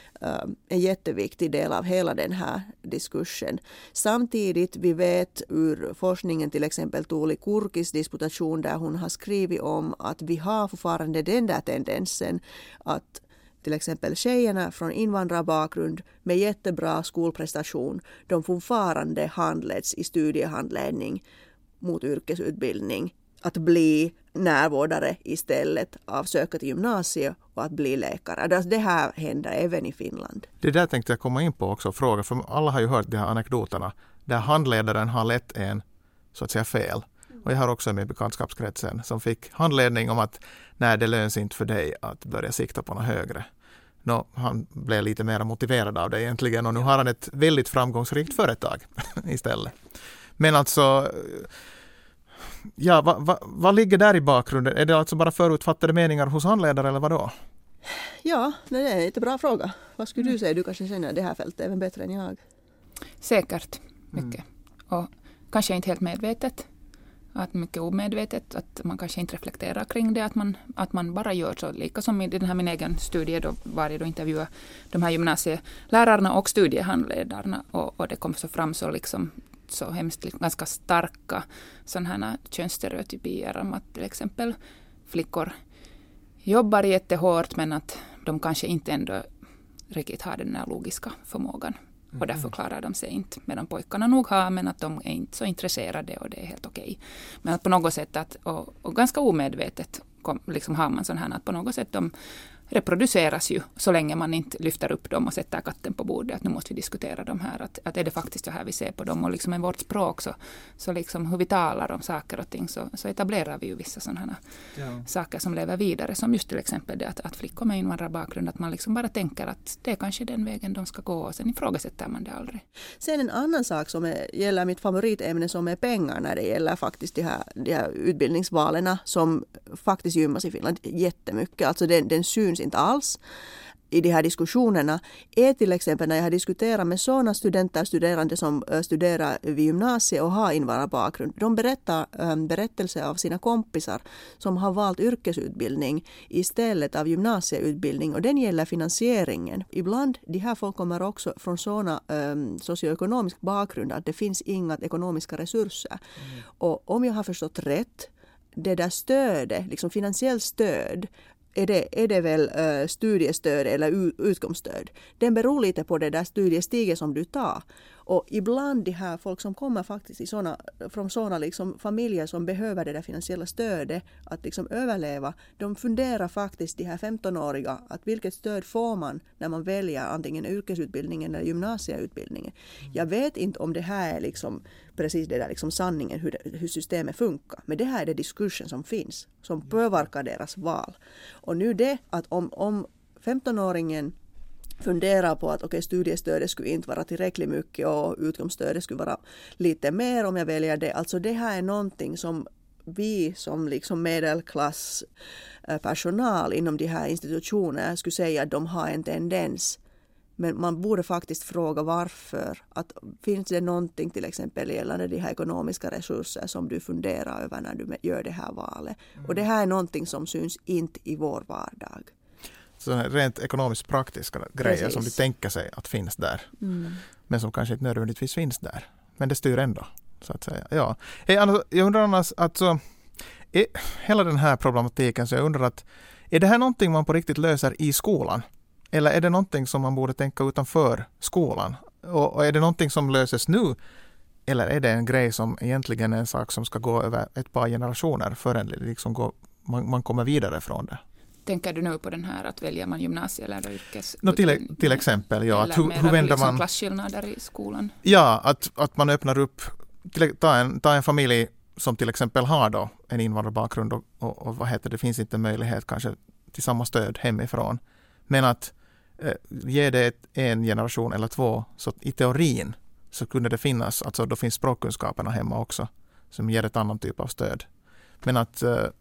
en jätteviktig del av hela den här diskursen. Samtidigt, vi vet ur forskningen till exempel Tuuli Kurkis disputation, där hon har skrivit om att vi har fortfarande den där tendensen att till exempel tjejerna från invandrarbakgrund med jättebra skolprestation, de fortfarande handleds i studiehandledning mot yrkesutbildning, att bli närvårdare istället av söka till gymnasiet och att bli läkare. Det här händer även i Finland. Det där tänkte jag komma in på också och fråga, för alla har ju hört de här anekdoterna där handledaren har lett en så att säga fel. Och jag har också med bekantskapskretsen som fick handledning om att nej, det löns inte för dig att börja sikta på något högre. Han blev lite mer motiverad av det egentligen, och nu har han ett väldigt framgångsrikt företag istället. Men alltså, ja, vad ligger där i bakgrunden? Är det alltså bara förutfattade meningar hos handledare eller vad då? Ja, det är en jättebra fråga. Vad skulle du säga? Du kanske känner det här fältet även bättre än jag. Säkert mycket. Och kanske inte helt medvetet. Att mycket omedvetet, att man kanske inte reflekterar kring det, att man bara gör så. Lika som i den här min egen studie, då var jag då intervjuade de här gymnasielärarna och studiehandledarna, och det kom så fram så liksom så hemskt ganska starka sådana här könsstereotypier om att till exempel flickor jobbar jättehårt, men att de kanske inte ändå riktigt har den här logiska förmågan. Och därför klarar de sig inte, medan pojkarna nog har, men att de är inte så intresserade, och det är helt okej. Men att på något sätt, och ganska omedvetet liksom har man sån här, att på något sätt de reproduceras ju så länge man inte lyfter upp dem och sätter katten på bordet, att nu måste vi diskutera de här, att är det faktiskt så här vi ser på dem, och liksom med vårt språk så liksom hur vi talar om saker och ting, så etablerar vi ju vissa sådana saker som lever vidare, som just till exempel det att flickor med invandrarbakgrund, att man liksom bara tänker att det är kanske den vägen de ska gå, och sen ifrågasätter man det aldrig. Sen en annan sak som gäller mitt favoritämne, som är pengar, när det gäller faktiskt de här utbildningsvalerna som faktiskt gymmas i Finland jättemycket, alltså den syns inte alls i de här diskussionerna, är till exempel när jag har diskuterat med sådana studerande som studerar vid gymnasiet och har invandrarbakgrund. De berättar berättelser av sina kompisar som har valt yrkesutbildning istället av gymnasieutbildning, och den gäller finansieringen. Ibland, de här folk kommer också från sådana socioekonomisk bakgrund att det finns inga ekonomiska resurser. Och om jag har förstått rätt, det där stödet, liksom finansiellt stöd, är det väl studiestöd eller utkomststöd. Den beror lite på det där studiestiget som du tar. Och ibland de här folk som kommer faktiskt från sådana liksom familjer som behöver det där finansiella stödet att liksom överleva, de funderar faktiskt, de här 15-åriga, att vilket stöd får man när man väljer antingen yrkesutbildningen eller gymnasieutbildningen. Jag vet inte om det här är liksom precis det där liksom sanningen hur systemet funkar, men det här är det diskursen som finns, som påverkar deras val. Och nu det att om 15-åringen fundera på att studiestödet skulle inte vara tillräckligt mycket och utkomststödet skulle vara lite mer om jag väljer det. Alltså det här är någonting som vi som liksom medelklasspersonal inom de här institutionerna skulle säga att de har en tendens. Men man borde faktiskt fråga varför. Att finns det någonting till exempel gällande de här ekonomiska resurser som du funderar över när du gör det här valet. Och det här är någonting som syns inte i vår vardag. Så rent ekonomiskt praktiska grejer som du tänker sig att finns där. Men som kanske inte nödvändigtvis finns där. Men det styr ändå, så att säga. Ja. Jag undrar annars, alltså, hela den här problematiken, så jag undrar att är det här någonting man på riktigt löser i skolan? Eller är det någonting som man borde tänka utanför skolan? Och är det någonting som löses nu? Eller är det en grej som egentligen är en sak som ska gå över ett par generationer förrän liksom man kommer vidare från det? Tänker du nu på den här att väljer man gymnasie eller yrkes? Till exempel, ja. Eller hur vänder liksom man klasskillnader i skolan? Ja, att man öppnar upp, ta en familj som till exempel har då en invandrarbakgrund och det finns inte möjlighet kanske till samma stöd hemifrån. Men att ge det en generation eller två, så i teorin så kunde det finnas, alltså då finns språkkunskaperna hemma också som ger ett annan typ av stöd. Men att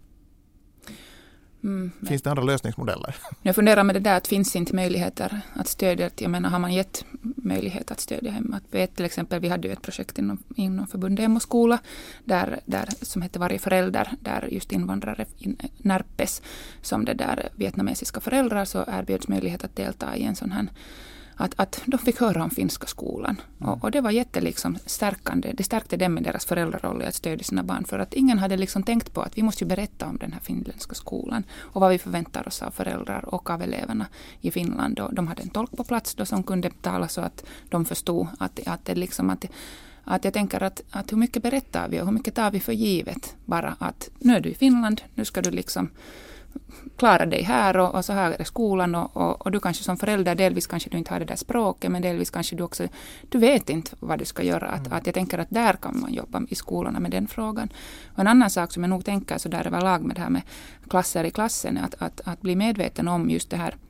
finns det andra lösningsmodeller? Jag funderar med det där att finns inte möjligheter att stödja. Jag menar, har man gett möjlighet att stödja hemma? Till exempel, vi hade ju ett projekt inom förbundet Hem och skola där som heter Varje förälder, där just invandrare närpes som det där vietnamesiska föräldrar, så erbjöds möjlighet att delta i en sån här att de fick höra om finska skolan. Och det var liksom stärkande. Det stärkte dem i deras föräldraroll att stödja sina barn. För att ingen hade liksom tänkt på att vi måste ju berätta om den här finländska skolan. Och vad vi förväntar oss av föräldrar och av eleverna i Finland. Och de hade en tolk på plats då som kunde tala så att de förstod att det liksom att jag tänker att hur mycket berättar vi och hur mycket tar vi för givet. Bara att nu är du i Finland, nu ska du liksom klara dig här och så här är skolan och du kanske som förälder delvis kanske du inte har det där språket, men delvis kanske du vet inte vad du ska göra. Att jag tänker att där kan man jobba i skolorna med den frågan. Och en annan sak som jag nog tänker så där överlag med det här med klasser i klassen är att bli medveten om just det här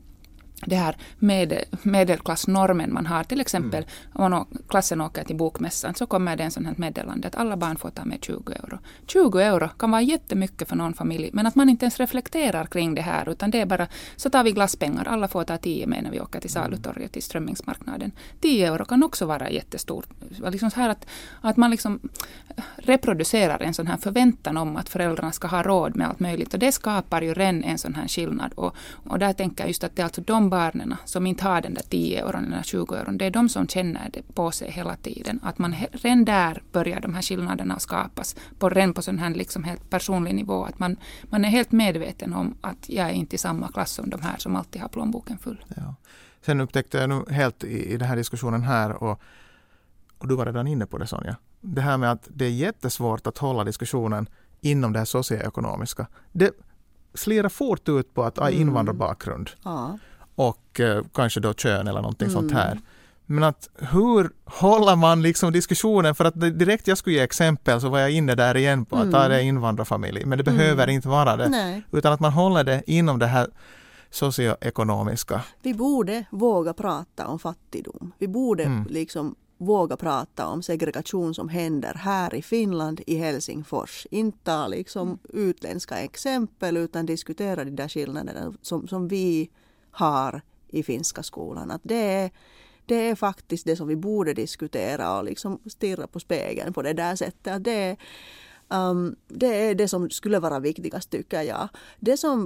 medelklassnormen man har. Till exempel om klassen åker till bokmässan så kommer det en sån här meddelande att alla barn får ta med 20 euro. 20 euro kan vara jättemycket för någon familj, men att man inte ens reflekterar kring det här, utan det är bara så tar vi glasspengar. Alla får ta 10 med när vi åker till Salutorget till Strömmingsmarknaden. 10 euro kan också vara jättestort. Liksom så här att man liksom reproducerar en sån här förväntan om att föräldrarna ska ha råd med allt möjligt, och det skapar ju redan en sån här skillnad. Och där tänker jag just att det är alltså de barnen som inte har den där 10 euron eller 20 euron, det är de som känner det på sig hela tiden. Att man redan där börjar de här skillnaderna skapas på sån här liksom helt personlig nivå. Att man är helt medveten om att jag är inte i samma klass som de här som alltid har plånboken full. Ja. Sen upptäckte jag nu helt i den här diskussionen här, och du var redan inne på det, Sonja. Det här med att det är jättesvårt att hålla diskussionen inom det här socioekonomiska. Det slirar fort ut på att ha invandrarbakgrund. Ja. Och kanske då kön eller någonting sånt här. Men att hur håller man liksom diskussionen, för att direkt jag skulle ge exempel så var jag inne där igen på att det är invandrarfamilj, men det behöver inte vara det. Nej. Utan att man håller det inom det här socioekonomiska. Vi borde våga prata om fattigdom. Vi borde liksom våga prata om segregation som händer här i Finland, i Helsingfors. Inte liksom utländska exempel, utan diskutera de där skillnaderna som vi har i finska skolan. Att det är faktiskt det som vi borde diskutera och liksom stirra på spegeln på det där sättet. Att det är det som skulle vara viktigast, tycker jag. Det som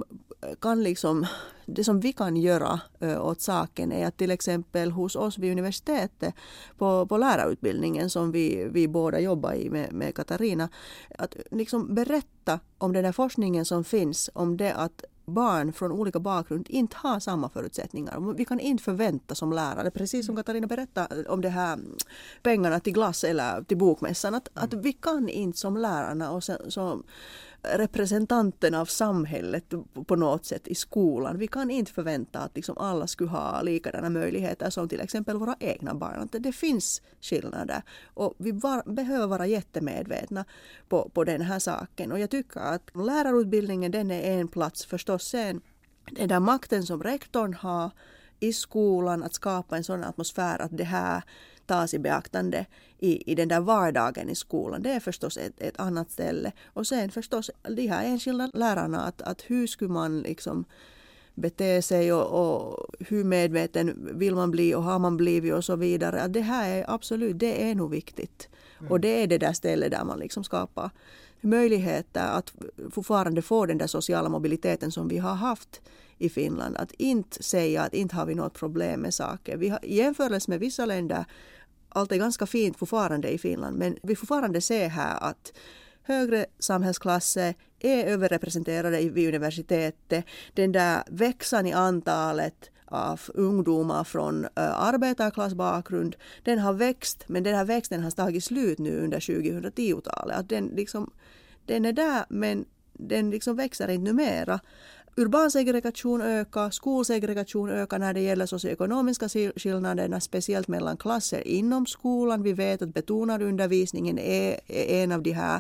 vi kan göra åt saken är att till exempel hos oss vid universitetet på lärarutbildningen som vi båda jobbar i med Katarina, att liksom berätta om den där forskningen som finns om det att barn från olika bakgrund inte har samma förutsättningar. Vi kan inte förvänta som lärare, precis som Katarina berättade om det här pengarna till glass eller till bokmässan, att vi kan inte som lärarna och som representanterna av samhället på något sätt i skolan, vi kan inte förvänta att liksom alla skulle ha likadana möjligheter som till exempel våra egna barn. Att det finns skillnader och vi behöver vara jättemedvetna på den här saken. Och jag tycker att lärarutbildningen, den är en plats förstås sen. Den där makten som rektorn har i skolan, att skapa en sån atmosfär att det här tas i beaktande i den där vardagen i skolan. Det är förstås ett annat ställe. Och sen förstås de här enskilda lärarna, att hur skulle man liksom bete sig och hur medveten vill man bli och har man blivit och så vidare. Att det här är absolut, det är nog viktigt. Och det är det där stället där man liksom skapar möjligheter att fortfarande få den där sociala mobiliteten som vi har haft i Finland. Att inte säga att inte har vi något problem med saker. Vi har, i jämförelse med vissa länder, allt är ganska fint fortfarande i Finland, men vi fortfarande ser här att högre samhällsklasser är överrepresenterade vid universitetet. Den där växan i antalet av ungdomar från arbetarklassbakgrund, den har växt, men den här växten har tagit slut nu under 2010-talet. Att den är där, men den liksom växer inte numera. Urban segregation ökar, skolsegregation ökar när det gäller socioekonomiska skillnaderna, speciellt mellan klasser inom skolan. Vi vet att betonad undervisningen är en av de här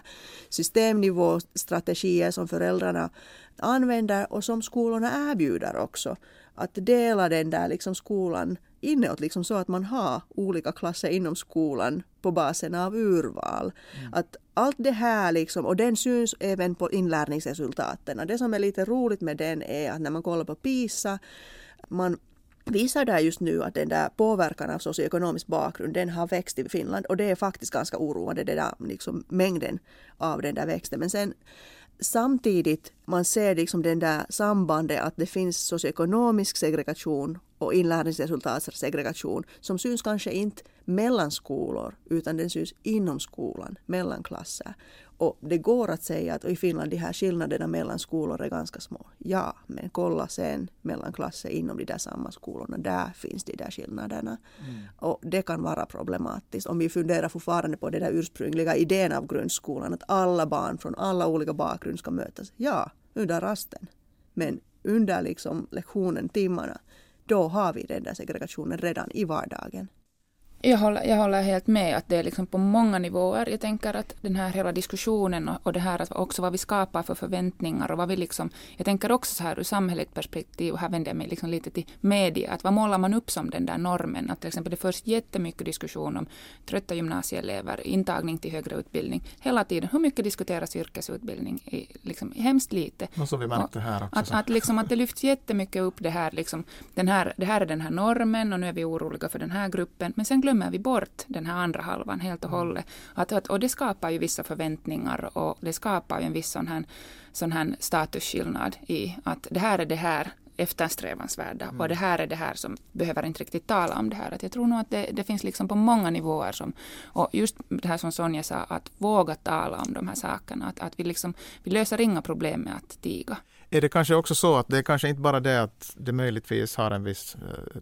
systemnivåstrategier som föräldrarna använder och som skolorna erbjuder också. Att dela den där liksom skolan inåt, liksom så att man har olika klasser inom skolan på basen av urval. Att allt det här liksom, och den syns även på inlärningsresultaten. Det som är lite roligt med den är att när man kollar på PISA, man visar där just nu att den där påverkan av socioekonomisk bakgrund, den har växt i Finland. Och det är faktiskt ganska oroande, det där liksom mängden av den där växten. Men sen samtidigt man ser liksom den där sambandet att det finns socioekonomisk segregation och inlärningsresultatssegregation som syns kanske inte mellan skolor utan den syns inom skolan, mellan klasser. Och det går att säga att i Finland de här skillnaderna mellan skolor är ganska små. Ja, men kolla sen mellan klasser inom de där samma skolorna, där finns de där skillnaderna. Och det kan vara problematiskt om vi funderar fortfarande på den där ursprungliga idén av grundskolan att alla barn från alla olika bakgrund ska mötas. Ja, under rasten. Men under liksom lektionen, timmarna, då har vi den där segregationen redan i vardagen. Jag håller helt med att det är liksom på många nivåer. Jag tänker att den här hela diskussionen och det här att också vad vi skapar för förväntningar och vad vi liksom, jag tänker också så här ur samhälleligt perspektiv och här vänder jag mig liksom lite till media, att vad målar man upp som den där normen, att till exempel det förs jättemycket diskussion om trötta gymnasieelever, intagning till högre utbildning hela tiden. Hur mycket diskuteras yrkesutbildning? Liksom hemskt lite. Och så vi märkte här också. Att det lyfts jättemycket upp det här liksom, det här är den här normen och nu är vi oroliga för den här gruppen, men sen glömmer vi bort den här andra halvan helt och hållet. Och det skapar ju vissa förväntningar och det skapar ju en viss sån här statusskillnad i att det här är det här eftersträvansvärda och det här är det här som behöver inte riktigt tala om det här. Att jag tror nog att det finns liksom på många nivåer och just det här som Sonja sa, att våga tala om de här sakerna. Att vi löser inga problem med att tiga. Är det kanske också så att det är kanske inte bara det att det möjligtvis har en viss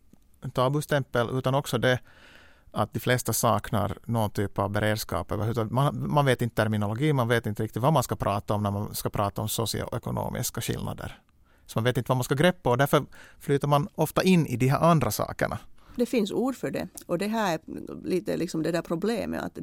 tabustämpel utan också det att de flesta saknar någon typ av beredskap. Man vet inte terminologi, man vet inte riktigt vad man ska prata om när man ska prata om socioekonomiska skillnader. Så man vet inte vad man ska greppa och därför flyter man ofta in i de här andra sakerna. Det finns ord för det och det här är lite liksom det där problemet att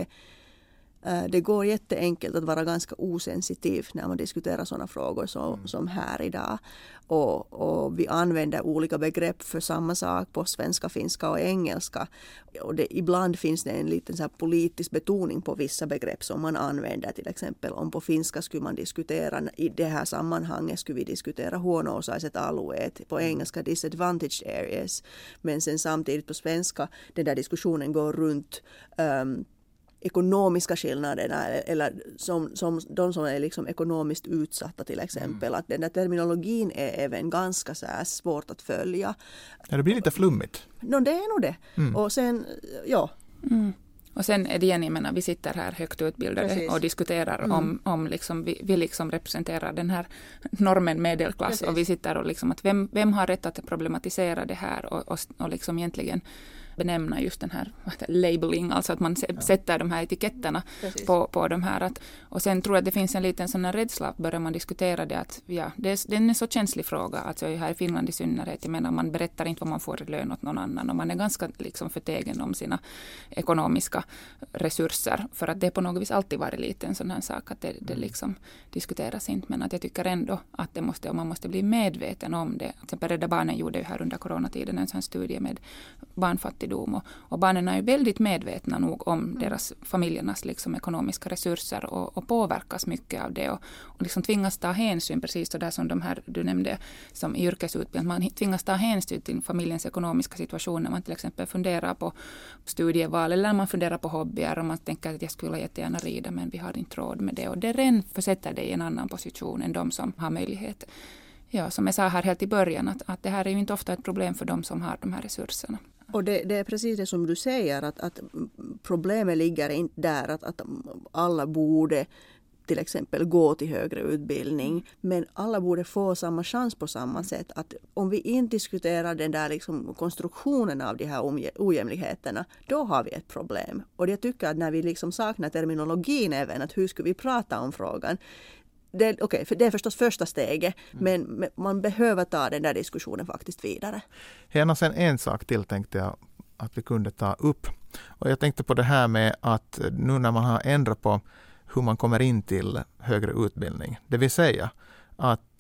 det går jätteenkelt att vara ganska osensitiv när man diskuterar sådana frågor som här idag. Och vi använder olika begrepp för samma sak på svenska, finska och engelska. Och ibland finns det en liten så här politisk betoning på vissa begrepp som man använder. Till exempel om på finska skulle man diskutera, i det här sammanhanget skulle vi diskutera huono-osaiset alueet. På engelska disadvantaged areas. Men sen samtidigt på svenska, den där diskussionen går runt ekonomiska skillnaderna eller som de som är liksom ekonomiskt utsatta till exempel. Att den där terminologin är även ganska så här svårt att följa. Ja, det blir lite flummigt. No, det är nog det. Och sen, ja. Och sen är det igen, jag menar, vi sitter här högt utbildade Precis. Och diskuterar om liksom, vi liksom representerar den här normen medelklass. Precis. Och vi sitter och liksom att vem har rätt att problematisera det här och liksom egentligen benämna just den här labeling, alltså att man sätter de här etiketterna på de här. Och sen tror jag att det finns en liten sån här rädsla, börjar man diskutera det, att det är en så känslig fråga, alltså här i Finland i synnerhet, jag menar man berättar inte vad man får i lön åt någon annan och man är ganska liksom förtegen om sina ekonomiska resurser, för att det på något vis alltid varit lite en sån här sak att det liksom diskuteras inte, men att jag tycker ändå att man måste bli medveten om det. Till exempel Rädda Barnen gjorde ju här under coronatiden en sån studie med barnfattigdom och barnen är ju väldigt medvetna nog om deras familjernas liksom ekonomiska resurser och påverkas mycket av det och liksom tvingas ta hänsyn, precis så där som de här du nämnde som i yrkesutbildning, man tvingas ta hänsyn till familjens ekonomiska situation när man till exempel funderar på studieval eller när man funderar på hobbyer och man tänker att jag skulle jättegärna rida men vi har inte råd med det, och det redan försätter dig i en annan position än de som har möjlighet. Ja, som jag sa här helt i början, att det här är ju inte ofta ett problem för de som har de här resurserna. Och det är precis det som du säger, att problemet ligger inte där att alla borde till exempel gå till högre utbildning, men alla borde få samma chans på samma sätt. Att om vi inte diskuterar den där liksom konstruktionen av de här ojämlikheterna, då har vi ett problem. Och jag tycker att när vi liksom saknar terminologin även, att hur ska vi prata om frågan, för det är förstås första steget, men man behöver ta den där diskussionen faktiskt vidare. Gärna sen en sak till tänkte jag att vi kunde ta upp. Och jag tänkte på det här med att nu när man har ändrat på hur man kommer in till högre utbildning, det vill säga att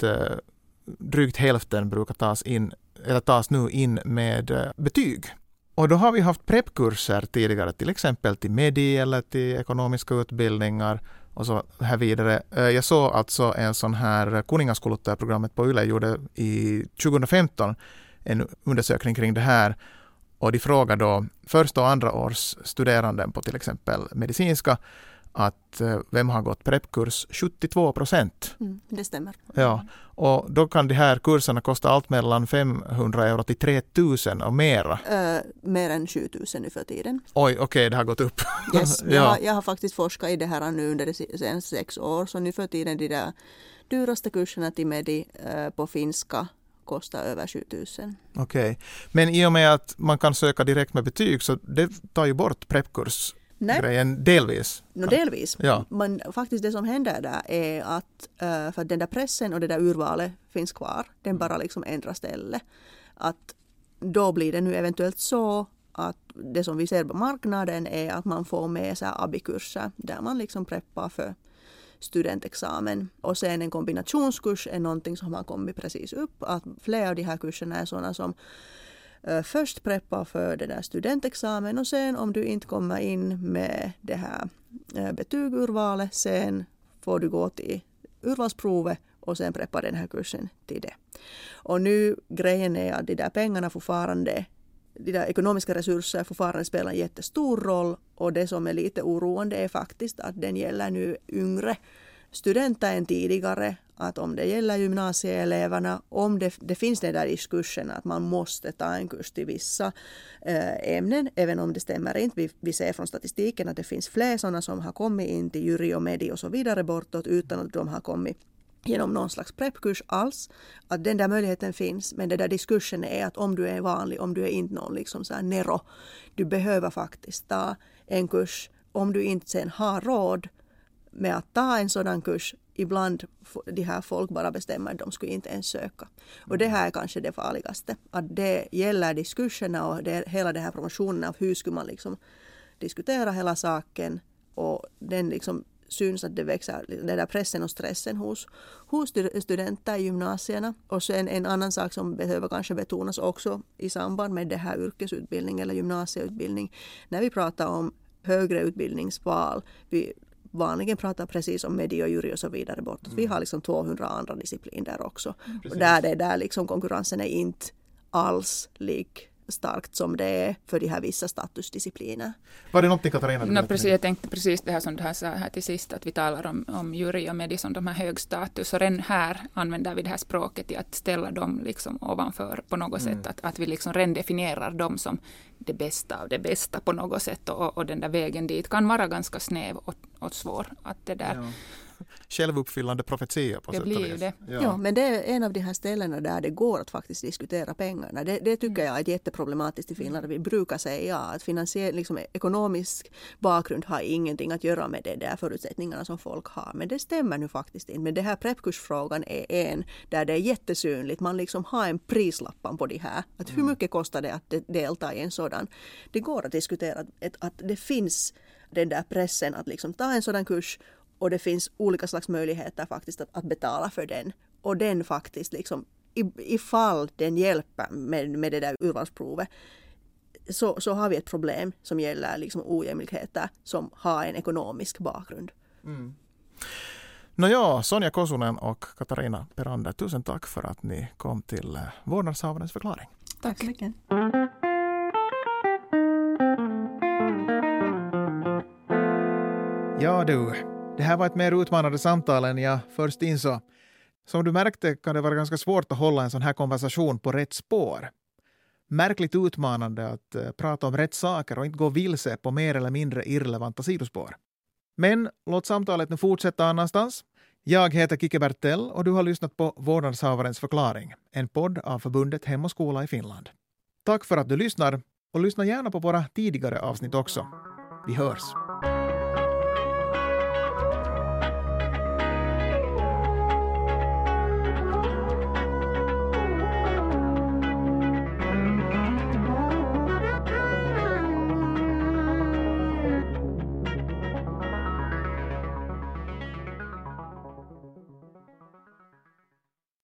drygt hälften brukar tas nu in med betyg. Och då har vi haft preppkurser tidigare, till exempel till MEDI eller till ekonomiska utbildningar och så här vidare. Jag såg alltså en sån här Kuningaskuluttajaprogrammet på Yle gjorde i 2015 en undersökning kring det här, och de frågade då första och andra års studerande på till exempel medicinska att vem har gått preppkurs? 72%. Det stämmer. Ja, och då kan de här kurserna kosta allt mellan 500 euro till 3000 och mera. Mer än 7000 nu för tiden. Oj, okej, det har gått upp. Yes, ja. jag har faktiskt forskat i det här nu under de senaste 6 år, så nu för tiden de där dyraste kurserna till Medi på finska kostar över 7000. Okej, men i och med att man kan söka direkt med betyg så det tar ju bort preppkurs. Grejen delvis. Delvis. Ja. Men faktiskt det som händer där är att för den där pressen och det där urvalet finns kvar. Den bara liksom ändrar ställe. Att då blir det nu eventuellt så att det som vi ser på marknaden är att man får med sig ABI-kurser där man liksom preppar för studentexamen. Och sen en kombinationskurs är någonting som har kommit precis upp. Att flera av de här kurserna är sådana som först preppa för det där studentexamen och sen om du inte kommer in med det här betygurvalet, sen får du gå till urvalsprovet och sen preppa den här kursen till det. Och nu grejen är att de där pengarna fortfarande, de där ekonomiska resurser fortfarande spelar en jättestor roll, och det som är lite oroande är faktiskt att den gäller nu yngre studenter än tidigare. Att om det gäller gymnasieeleverna, om det finns den där diskursen att man måste ta en kurs till vissa ämnen, även om det stämmer inte. Vi ser från statistiken att det finns fler sådana som har kommit in till jury och medi och så vidare bortåt utan att de har kommit genom någon slags preppkurs alls. Att den där möjligheten finns, men den där diskursen är att om du är vanlig, om du är inte någon liksom så här nero, du behöver faktiskt ta en kurs. Om du inte sen har råd med att ta en sådan kurs, ibland de här folk bara bestämmer att de skulle inte ens söka. Och det här är kanske det farligaste. Att det gäller diskurserna och hela det här promotionen av hur skulle man liksom diskutera hela saken, och den liksom syns att det växer, den där pressen och stressen hos studenter i gymnasierna. Och sen en annan sak som behöver kanske betonas också i samband med det här yrkesutbildning eller gymnasieutbildning. När vi pratar om högre utbildningsval, vi vanligen pratar precis om medi och jury och så vidare bortåt. Vi har liksom 200 andra discipliner också. Och där liksom konkurrensen är inte alls lik starkt som det är för de här vissa statusdiscipliner. Var det någonting, Katarina? Precis, jag tänkte precis det här som du har sagt här till sist, att vi talar om jury och medi som de här hög status, och redan här använder vi det här språket i att ställa dem liksom ovanför på något sätt, att vi liksom redan definierar dem som det bästa av det bästa på något sätt, och den där vägen dit kan vara ganska snäv och svår. Att det där, självuppfyllande profetia på det sätt och blir vis. ju det. Ja, men det är en av de här ställena där det går att faktiskt diskutera pengarna. Det tycker jag är jätteproblematiskt i Finland. Vi brukar säga att liksom, ekonomisk bakgrund har ingenting att göra med det där förutsättningarna som folk har. Men det stämmer nu faktiskt inte. Men det här preppkursfrågan är en där det är jättesynligt. Man liksom har en prislappan på det här. Att hur mycket kostar det att delta i en sådan? Det går att diskutera att det finns den där pressen att liksom ta en sådan kurs. Och det finns olika slags möjligheter faktiskt att betala för den. Och den faktiskt liksom, ifall den hjälper med det där urvalsprovet, så har vi ett problem som gäller liksom ojämlikheter som har en ekonomisk bakgrund. Nåja, Sonja Kosunen och Katarina Perander, tusen tack för att ni kom till vårdnadshavarens förklaring. Tack så mycket. Ja du, det här var ett mer utmanande samtal än jag först insåg. Som du märkte kan det vara ganska svårt att hålla en sån här konversation på rätt spår. Märkligt utmanande att prata om rätt saker och inte gå vilse på mer eller mindre irrelevanta sidospår. Men låt samtalet nu fortsätta annanstans. Jag heter Kike Bertell och du har lyssnat på Vårdnadshavarens förklaring, en podd av förbundet Hem och skola i Finland. Tack för att du lyssnar och lyssna gärna på våra tidigare avsnitt också. Vi hörs!